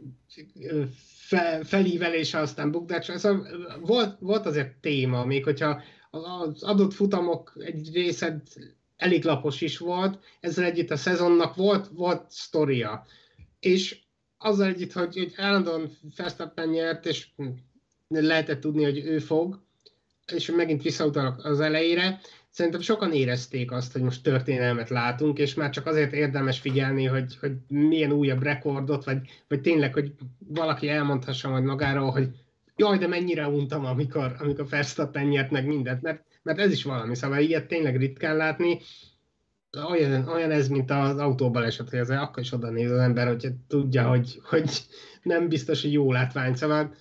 fel, felívelése, aztán bukdása, szóval volt, volt azért téma, még hogyha az adott futamok egy része elég lapos is volt, ezzel együtt a szezonnak volt, volt sztoria. És azzal együtt, hogy, hogy állandóan Verstappen nyert, és lehetett tudni, hogy ő fog, és megint visszautalok az elejére. Szerintem sokan érezték azt, hogy most történelmet látunk, és már csak azért érdemes figyelni, hogy, hogy milyen újabb rekordot, vagy, vagy tényleg, hogy valaki elmondhassa majd magáról, hogy jaj, de mennyire untam, amikor, amikor Verstappen nyert meg mindent, mert, mert ez is valami, szóval ilyet tényleg ritkán látni. Olyan, olyan ez, mint az autóbaleset, hogy azért akkor is oda néz az ember, hogy tudja, hogy, hogy nem biztos, hogy jó látvány. Szóval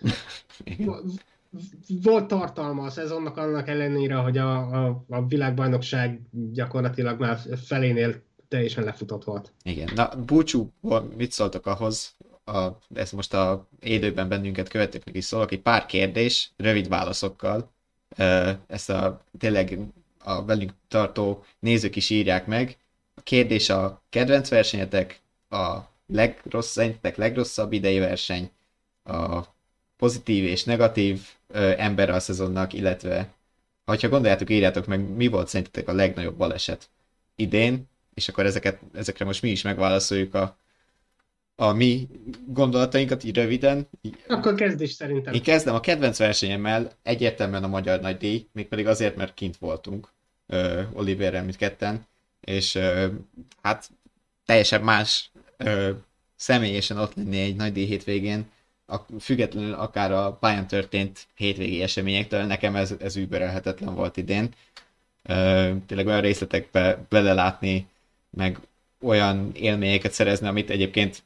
volt tartalma a szezonnak annak ellenére, hogy a, a, a világbajnokság gyakorlatilag már felénél teljesen lefutott volt. Igen. Na, búcsú, mit szóltok ahhoz, a, ez most a élőben bennünket követőknek is szólok, egy pár kérdés, rövid válaszokkal. Ezt a tényleg a velünk tartó nézők is írják meg. A kérdés a kedvenc versenyetek, a legrossz, legrosszabb idei verseny, a pozitív és negatív ö, ember a szezonnak, illetve ha gondoljátok, írjátok meg, mi volt szerintetek a legnagyobb baleset idén, és akkor ezeket, ezekre most mi is megválaszoljuk a, a mi gondolatainkat így röviden. Akkor kezd is szerintem. Én kezdem a kedvenc versenyemmel, egyértelműen a Magyar Nagydíj, mégpedig azért, mert kint voltunk ö, Oliverrel, mint ketten, és ö, hát teljesen más ö, személyesen ott lenni egy nagydíj hétvégén, függetlenül akár a pályán történt hétvégi eseményektől, nekem ez, ez überelhetetlen volt idén. Ö, tényleg olyan részletekbe belelátni, meg olyan élményeket szerezni, amit egyébként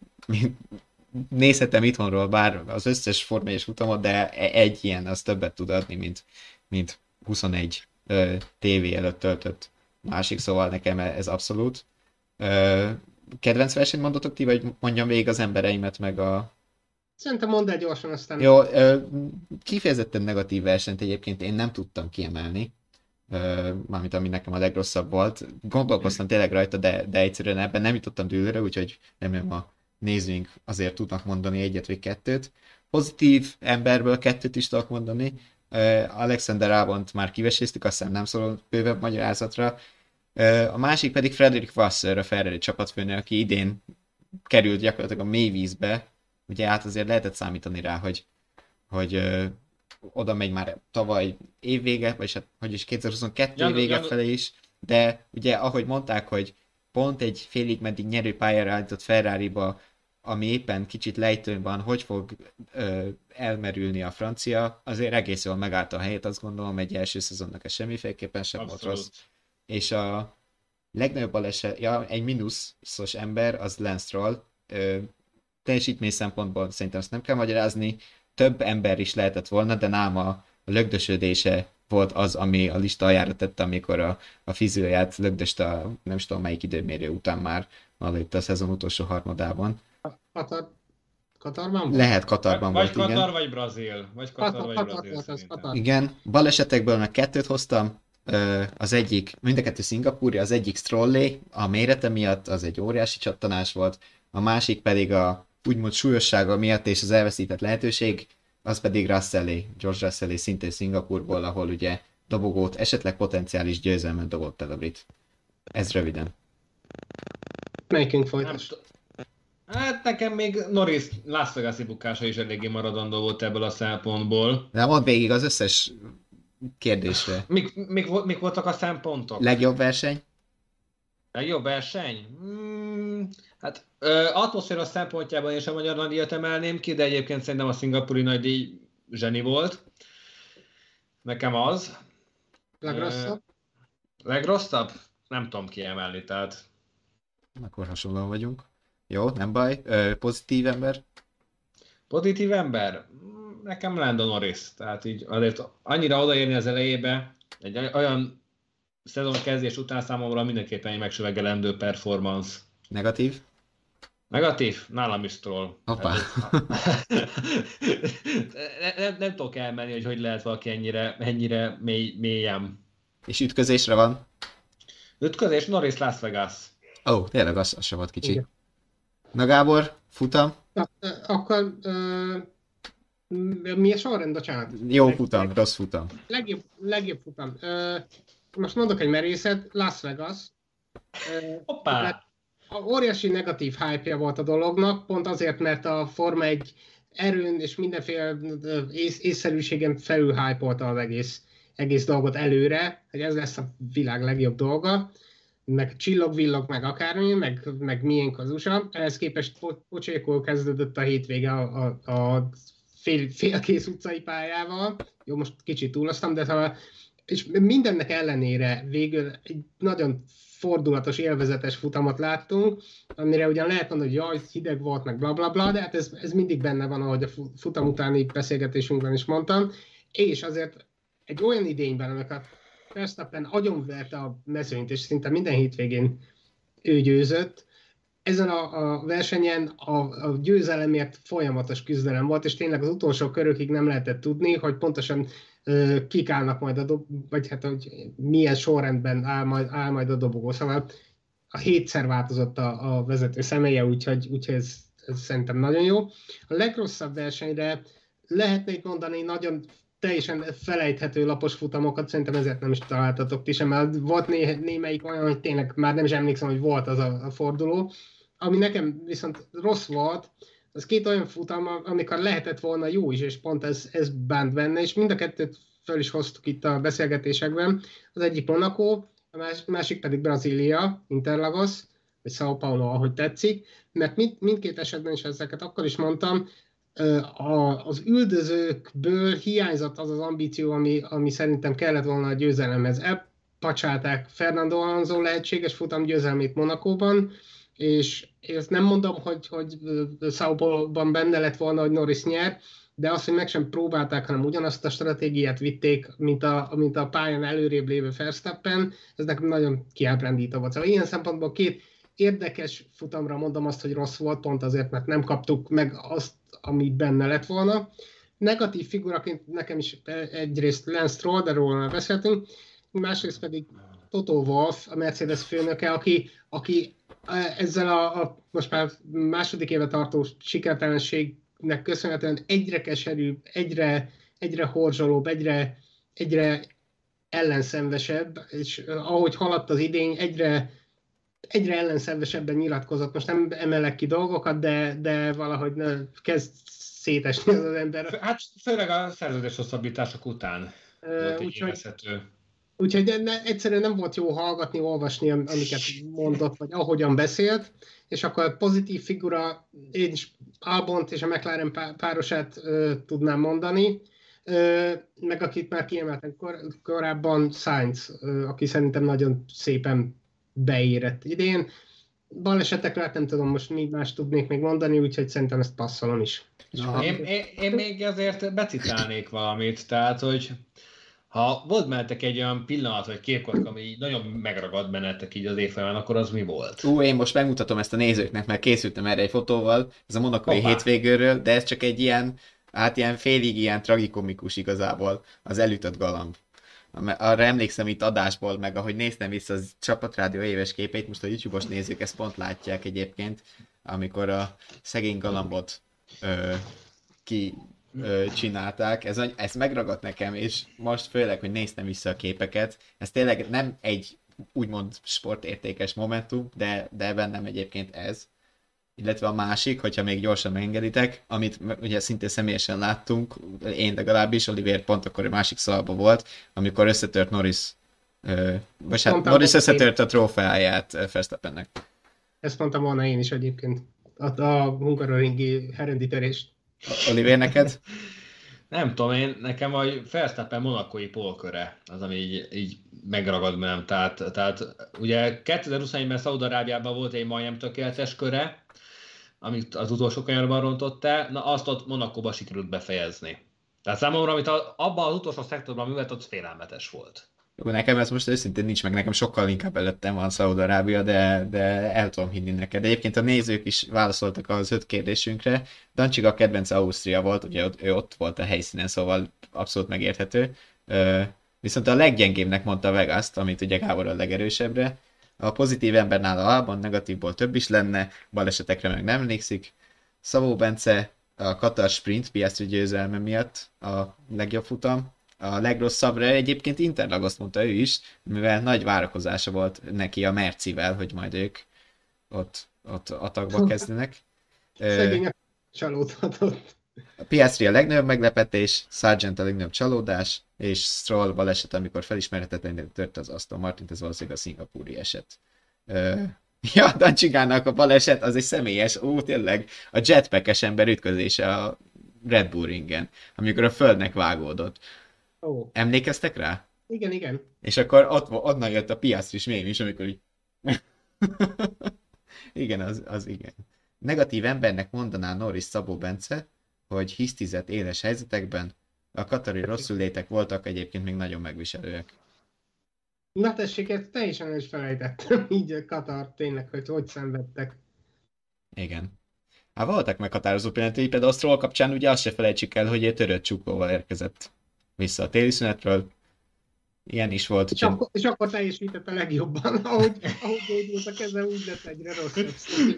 nézhetem itthonról, bár az összes Forma egyes futamot, de egy ilyen az többet tud adni, mint, mint huszonegy ö, tévé előtt töltött másik, szóval nekem ez abszolút. Ö, kedvenc versenyt mondotok ti, vagy mondjam végig az embereimet, meg a... Szerintem mondd el gyorsan, aztán... Jó, ö, kifejezetten negatív versenyt egyébként én nem tudtam kiemelni, ö, mármint ami nekem a legrosszabb volt. Gondolkoztam tényleg rajta, de, de egyszerűen ebben nem jutottam dőlőre, úgyhogy remélem a nézőink azért tudnak mondani egyet vagy kettőt. Pozitív emberből kettőt is tudok mondani. Ö, Alexander Albont már kiveséztük, azt hiszem nem szóló bővebb magyarázatra. Ö, a másik pedig Frederick Vasseur, a Ferrari csapatfőnök, aki idén került gyakorlatilag a mély vízbe. Ugye hát azért lehetett számítani rá, hogy, hogy ö, oda megy már tavaly évvége, vagy hát hogy is kétezer-huszonkettő Jan, vége Jan... felé is, de ugye ahogy mondták, hogy pont egy félig meddig nyerő pályára állított Ferrariba, ami éppen kicsit lejtőn van, hogy fog ö, elmerülni a francia, azért egész jól megállta a helyét, azt gondolom, egy első szezonnak ez semmiféleképpen sem volt rossz. És a legnagyobb baleset, ja, egy mínuszos ember, az Lance Stroll, ö, teljesítmény szempontból szerintem ezt nem kell magyarázni, több ember is lehetett volna, de nálam a lögdösödése volt az, ami a lista aljára tette, amikor a, a fiziolját lögdöste a nem tudom melyik időmérő után már, valahogy a szezon utolsó harmadában. Katar... Katarban volt? Lehet Katarban vagy volt, Katar, igen. vagy Brazil. Vagy Katar, Katar, vagy Katar Brazil volt, az szerintem. Katar. Igen, balesetekből meg kettőt hoztam. Az egyik, mind a kettő szingapúri, az egyik Strollé, a mérete miatt az egy óriási csattanás volt, a másik pedig a úgymond súlyossága miatt és az elveszített lehetőség, az pedig Russellé, George Russellé szintén Szingapurból, ahol ugye dobogót, esetleg potenciális győzelmet dobott el a brit. Ez röviden. Melyikünk folytas? Hát nekem még Norris Las Vegas-i bukása is eléggé maradandó volt ebből a szempontból. De mondd végig az összes kérdésre. Mik, mik, mik voltak a szempontok? Legjobb verseny? Legjobb verseny? Hmm, hát ö, atmoszféra szempontjában én sem a magyar nagydíjat emelném ki, de egyébként szerintem a szingapúri nagydíj zseni volt. Nekem az. Legrosszabb? Ö, legrosszabb? Nem tudom kiemelni, tehát... Akkor hasonlóan vagyunk. Jó, nem baj. Ö, pozitív ember? Pozitív ember? Nekem Lando Norris. Tehát így azért annyira odaérni az elejébe, egy olyan szezon kezdés után számomra mindenképpen egy megsüvegelendő performance. Negatív? Negatív? Nálam is Stroll. Hoppá. nem, nem, nem tudok elmenni, hogy hogy lehet valaki ennyire, ennyire mély, mélyen. És ütközésre van? Ütközés? Norris Las Vegas. Ó, oh, tényleg az, az sem volt kicsi. Igen. Na Gábor, futam? Na, akkor ö, mi a sorrend, bocsánat? Jó futam, rossz futam. Legjobb, legjobb futam. Ö, most mondok egy merészet, Las Vegas. Ö, Hoppá! A óriási negatív hype-ja volt a dolognak, pont azért, mert a Forma egy erőn és mindenféle ész, észszerűségen felül hype-olta az egész, egész dolgot előre, hogy ez lesz a világ legjobb dolga, meg csillog-villog, meg akármi, meg, meg miénk az u es á. Ehhez képest po- pocsékul kezdődött a hétvége a, a, a fél, félkész utcai pályával. Jó, most kicsit túloztam, de ha, és mindennek ellenére végül egy nagyon fordulatos, élvezetes futamot láttunk, amire ugyan lehet mondani, hogy jaj, hideg volt, meg blablabla, bla, bla, de hát ez, ez mindig benne van, ahogy a futam utáni beszélgetésünkben is mondtam, és azért egy olyan idényben, amikor Verstappen agyonverte a mezőnyt, és szinte minden hétvégén ő győzött, ezen a, a versenyen a, a győzelemért folyamatos küzdelem volt, és tényleg az utolsó körökig nem lehetett tudni, hogy pontosan uh, kik állnak majd a dob, vagy hát hogy milyen sorrendben áll majd, áll majd a dobogó. Szóval a hétszer változott a, a vezető személye, úgyhogy, úgyhogy ez, ez szerintem nagyon jó. A legrosszabb versenyre lehetnék mondani nagyon teljesen felejthető lapos futamokat, szerintem ezért nem is találtatok ti sem, mert volt né- némelyik olyan, hogy tényleg már nem is emlékszem, hogy volt az a, a forduló. Ami nekem viszont rossz volt, az két olyan futam, amikor lehetett volna jó is, és pont ez, ez bánt benne, és mind a kettőt föl is hoztuk itt a beszélgetésekben. Az egyik Monaco, a másik pedig Brazília, Interlagos, vagy São Paulo, ahogy tetszik, mert mind, mindkét esetben is ezeket akkor is mondtam, A, az üldözőkből hiányzott az az ambíció, ami, ami szerintem kellett volna a győzelemhez. Elpacsálták Fernando Alonso lehetséges futamgyőzelmét Monacóban, és ezt nem mondom, hogy, hogy São Paulo-ban benne lett volna, hogy Norris nyer, de azt, hogy meg sem próbálták, hanem ugyanazt a stratégiát vitték, mint a, mint a pályán előrébb lévő Verstappen, ez nekem nagyon kiábrándító volt. Szóval ilyen szempontból két érdekes futamra mondom azt, hogy rossz volt, pont azért, mert nem kaptuk meg azt, ami benne lett volna. Negatív figuraként nekem is egyrészt Lance Stroll, de róla már beszéltünk, másrészt pedig Toto Wolff, a Mercedes főnöke, aki, aki ezzel a, a most már második éve tartó sikertelenségnek köszönhetően egyre keserűbb, egyre, egyre horzsolóbb, egyre, egyre ellenszenvesebb, és ahogy haladt az idény, egyre egyre ellenszenvesebben nyilatkozott. Most nem emelek ki dolgokat, de, de valahogy ne, kezd szétesni az, az ember. Hát főleg a szerződés hosszabbítások után volt így érezhető. Úgyhogy ne, egyszerűen nem volt jó hallgatni, olvasni, amiket mondott, vagy ahogyan beszélt, és akkor pozitív figura, én is Albont és a McLaren párosát ö, tudnám mondani, ö, meg akit már kiemeltem kor, korábban, Sainz, ö, aki szerintem nagyon szépen beérett idén. Balesetekre hát nem tudom most mi más tudnék még mondani, úgyhogy szerintem ezt passzolom is. Én, én, én még azért becitálnék valamit, tehát hogy ha volt bennetek egy olyan pillanat vagy képkocka, ami nagyon megragad bennetek így az évfolyamán, akkor az mi volt? Ú, én most megmutatom ezt a nézőknek, mert készültem erre egy fotóval, ez a monacói hétvégőről, de ez csak egy ilyen, hát ilyen félig ilyen tragikomikus igazából, az elütött galamb. Arra emlékszem itt adásból, meg ahogy néztem vissza az Csapatrádió éves képeit, most a YouTube-os nézők ezt pont látják egyébként, amikor a szegény galambot ö, ki ö, csinálták. Ez, ez megragadt nekem, és most főleg, hogy néztem vissza a képeket, ez tényleg nem egy úgymond sportértékes momentum, de, de bennem egyébként ez. Illetve a másik, hogyha még gyorsan megengeditek, amit ugye szintén személyesen láttunk, én legalábbis, Oliver pont akkor a másik szalba volt, amikor összetört Norris, ö, vagy hát Norris összetört a trófeáját Verstappennek. Ezt mondtam volna én is egyébként, a, a hungaroringi herenditörést. Oliver, neked? Nem tudom, én, nekem a Verstappen monakói pólköre az, ami így, így megragad bennem. Tehát, tehát ugye kétezer-huszonegyben Szaúd-Arábiában volt egy majdnem tökéletes köre, amit az utolsó kanyarban rontott el, na azt ott Monakóban sikerült befejezni. Tehát számomra, amit abban az utolsó szektorban művelt, ott félelmetes volt. Jó, nekem ez most őszintén nincs meg, nekem sokkal inkább előttem van Szaúd-Arábia, de, de el tudom hinni neked. Egyébként a nézők is válaszoltak az öt kérdésünkre. Dancsiga a kedvenc Ausztria volt, ugye ő ott volt a helyszínen, szóval abszolút megérthető. Viszont a leggyengébbnek mondta Vegas-t, amit ugye Gábor a legerősebbre. A pozitív ember nála A-ban, negatívból több is lenne, balesetekre meg nem emlékszik. Szabó Bence a Katar Sprint Piastri győzelme miatt a legjobb futam. A legrosszabbra egyébként Interlagoszt mondta ő is, mivel nagy várakozása volt neki a Mercivel, hogy majd ők ott, ott atakba kezdenek. Szegény csalódhatott. A Piastri a legnagyobb meglepetés, Sargent a legnagyobb csalódás, és Stroll baleset, amikor felismerhetetlenül tört az Aston Martint, ez valószínűleg a szingapúri eset. Uh, ja, Dancsigának a baleset, az egy személyes, ó, tényleg, a jetpackes ember ütközése a Red Bull ringen, amikor a földnek vágódott. Oh. Emlékeztek rá? Igen, igen. És akkor ott, onnan jött a Piastris mém is, amikor így... igen, az, az igen. Negatív embernek mondaná Norris Szabó Bence, hogy hisztizett éles helyzetekben, a katari rosszullétek voltak egyébként még nagyon megviselőek. Na tessék, ezt teljesen is felejtettem, így a Katar tényleg, hogy hogy szenvedtek. Igen. Hát voltak meghatározó pillanatai, például a Stroll kapcsán ugye azt se felejtsük el, hogy egy törött csukóval érkezett vissza a téli szünetről. Ilyen is volt. És, akkor, és akkor teljesített a legjobban, ahogy, ahogy gyógyult a keze, úgy lett egyre rosszabb.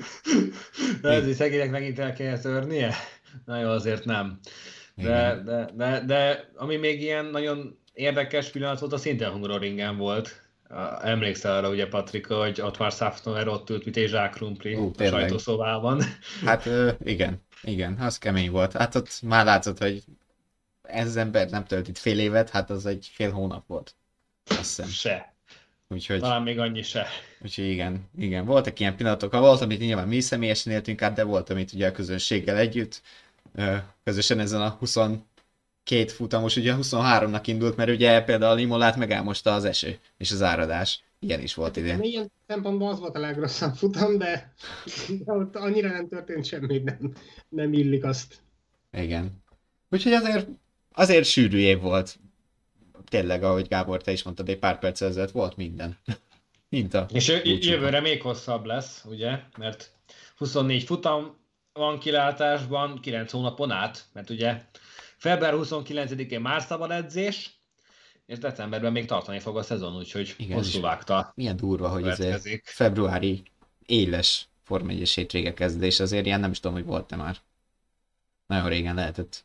De ez is szegénynek megint el kell törnie? Na jó, azért nem. De, de, de, de ami még ilyen nagyon érdekes pillanat volt, a szintén Hungaroringen volt. Emlékszel arra, ugye Patrika, hogy ott már Saftoner ott ült, mint egy zsákrumpli uh, a sajtószobában. Hát igen, igen, az kemény volt. Hát ott már látszott, hogy ez az ember nem tölt itt fél évet, hát az egy fél hónap volt. Azt hiszem. Se. Úgyhogy, talán még annyi se. Úgyhogy igen, igen, voltak ilyen pillanatok, ha volt, amit nyilván mi személyesen éltünk át, de volt, amit ugye a közönséggel együtt, közösen ezen a huszonkét futamos, ugye huszonháromnak indult, mert ugye például Imolát megálmosta az eső és az áradás. Ilyen is volt idén. Ilyen szempontból az volt a legrosszabb futam, de, de ott annyira nem történt semmi, nem, nem illik azt. Igen. Úgyhogy azért, azért sűrű év volt. Tényleg, ahogy Gábor, te is mondtad, egy pár perc ezelőtt volt minden. Mint a és jövőre még hosszabb lesz, ugye? Mert huszonnégy futam van kilátásban, kilenc hónapon át, mert ugye február huszonkilencedikén már szabad edzés, és decemberben még tartani fog a szezon, úgyhogy igen, hosszú vágta. Milyen durva, hogy ez februári éles Forma egyes hétvége kezdés, azért ilyen nem is tudom, hogy volt-e már. Nagyon régen lehetett.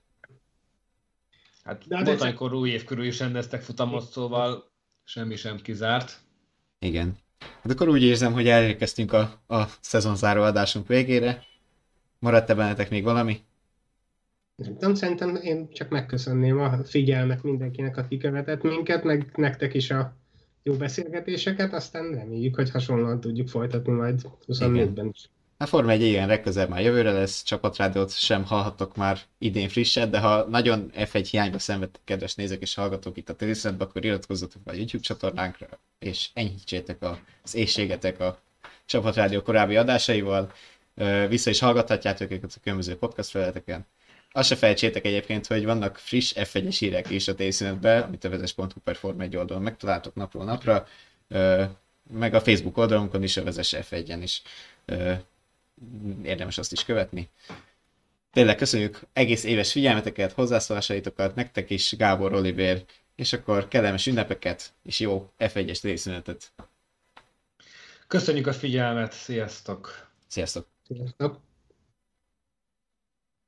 Hát de volt, amikor új év körül is rendeztek futamot, szóval semmi sem kizárt. Igen. Hát akkor úgy érzem, hogy elérkeztünk a, a szezonzáró adásunk végére. Maradt-e bennetek még valami? Nem tudom, szerintem én csak megköszönném a figyelmet mindenkinek, aki követett minket, meg nektek is a jó beszélgetéseket, aztán reméljük, hogy hasonlóan tudjuk folytatni majd huszonnégyben is. A Forma egy igen, legközelebb már jövőre lesz, csapatrádiót sem hallhattok már idén frisset, de ha nagyon ef egy hiányba szenvedtek, kedves nézők és hallgatók itt a téliszünetben, akkor iratkozzatok fel a YouTube csatornánkra, és enyhítsétek az éhségetek a csapatrádió korábbi adásaival. Vissza is hallgathatjátok őket a különböző podcast felületeken. Azt se felejtsétek egyébként, hogy vannak friss ef egyes hírek is a téliszünetben, amit a vezes pont hu per Forma egy oldalon megtaláltok napról napra, meg a Facebook oldalunkon is, a vezes ef egyen is. Érdemes azt is követni. Tényleg köszönjük egész éves figyelmeteket, hozzászólásaitokat, nektek is, Gábor, Oliver, és akkor kellemes ünnepeket, és jó ef egyes téliszünetet. Köszönjük a figyelmet, sziasztok! Sziasztok! Sziasztok!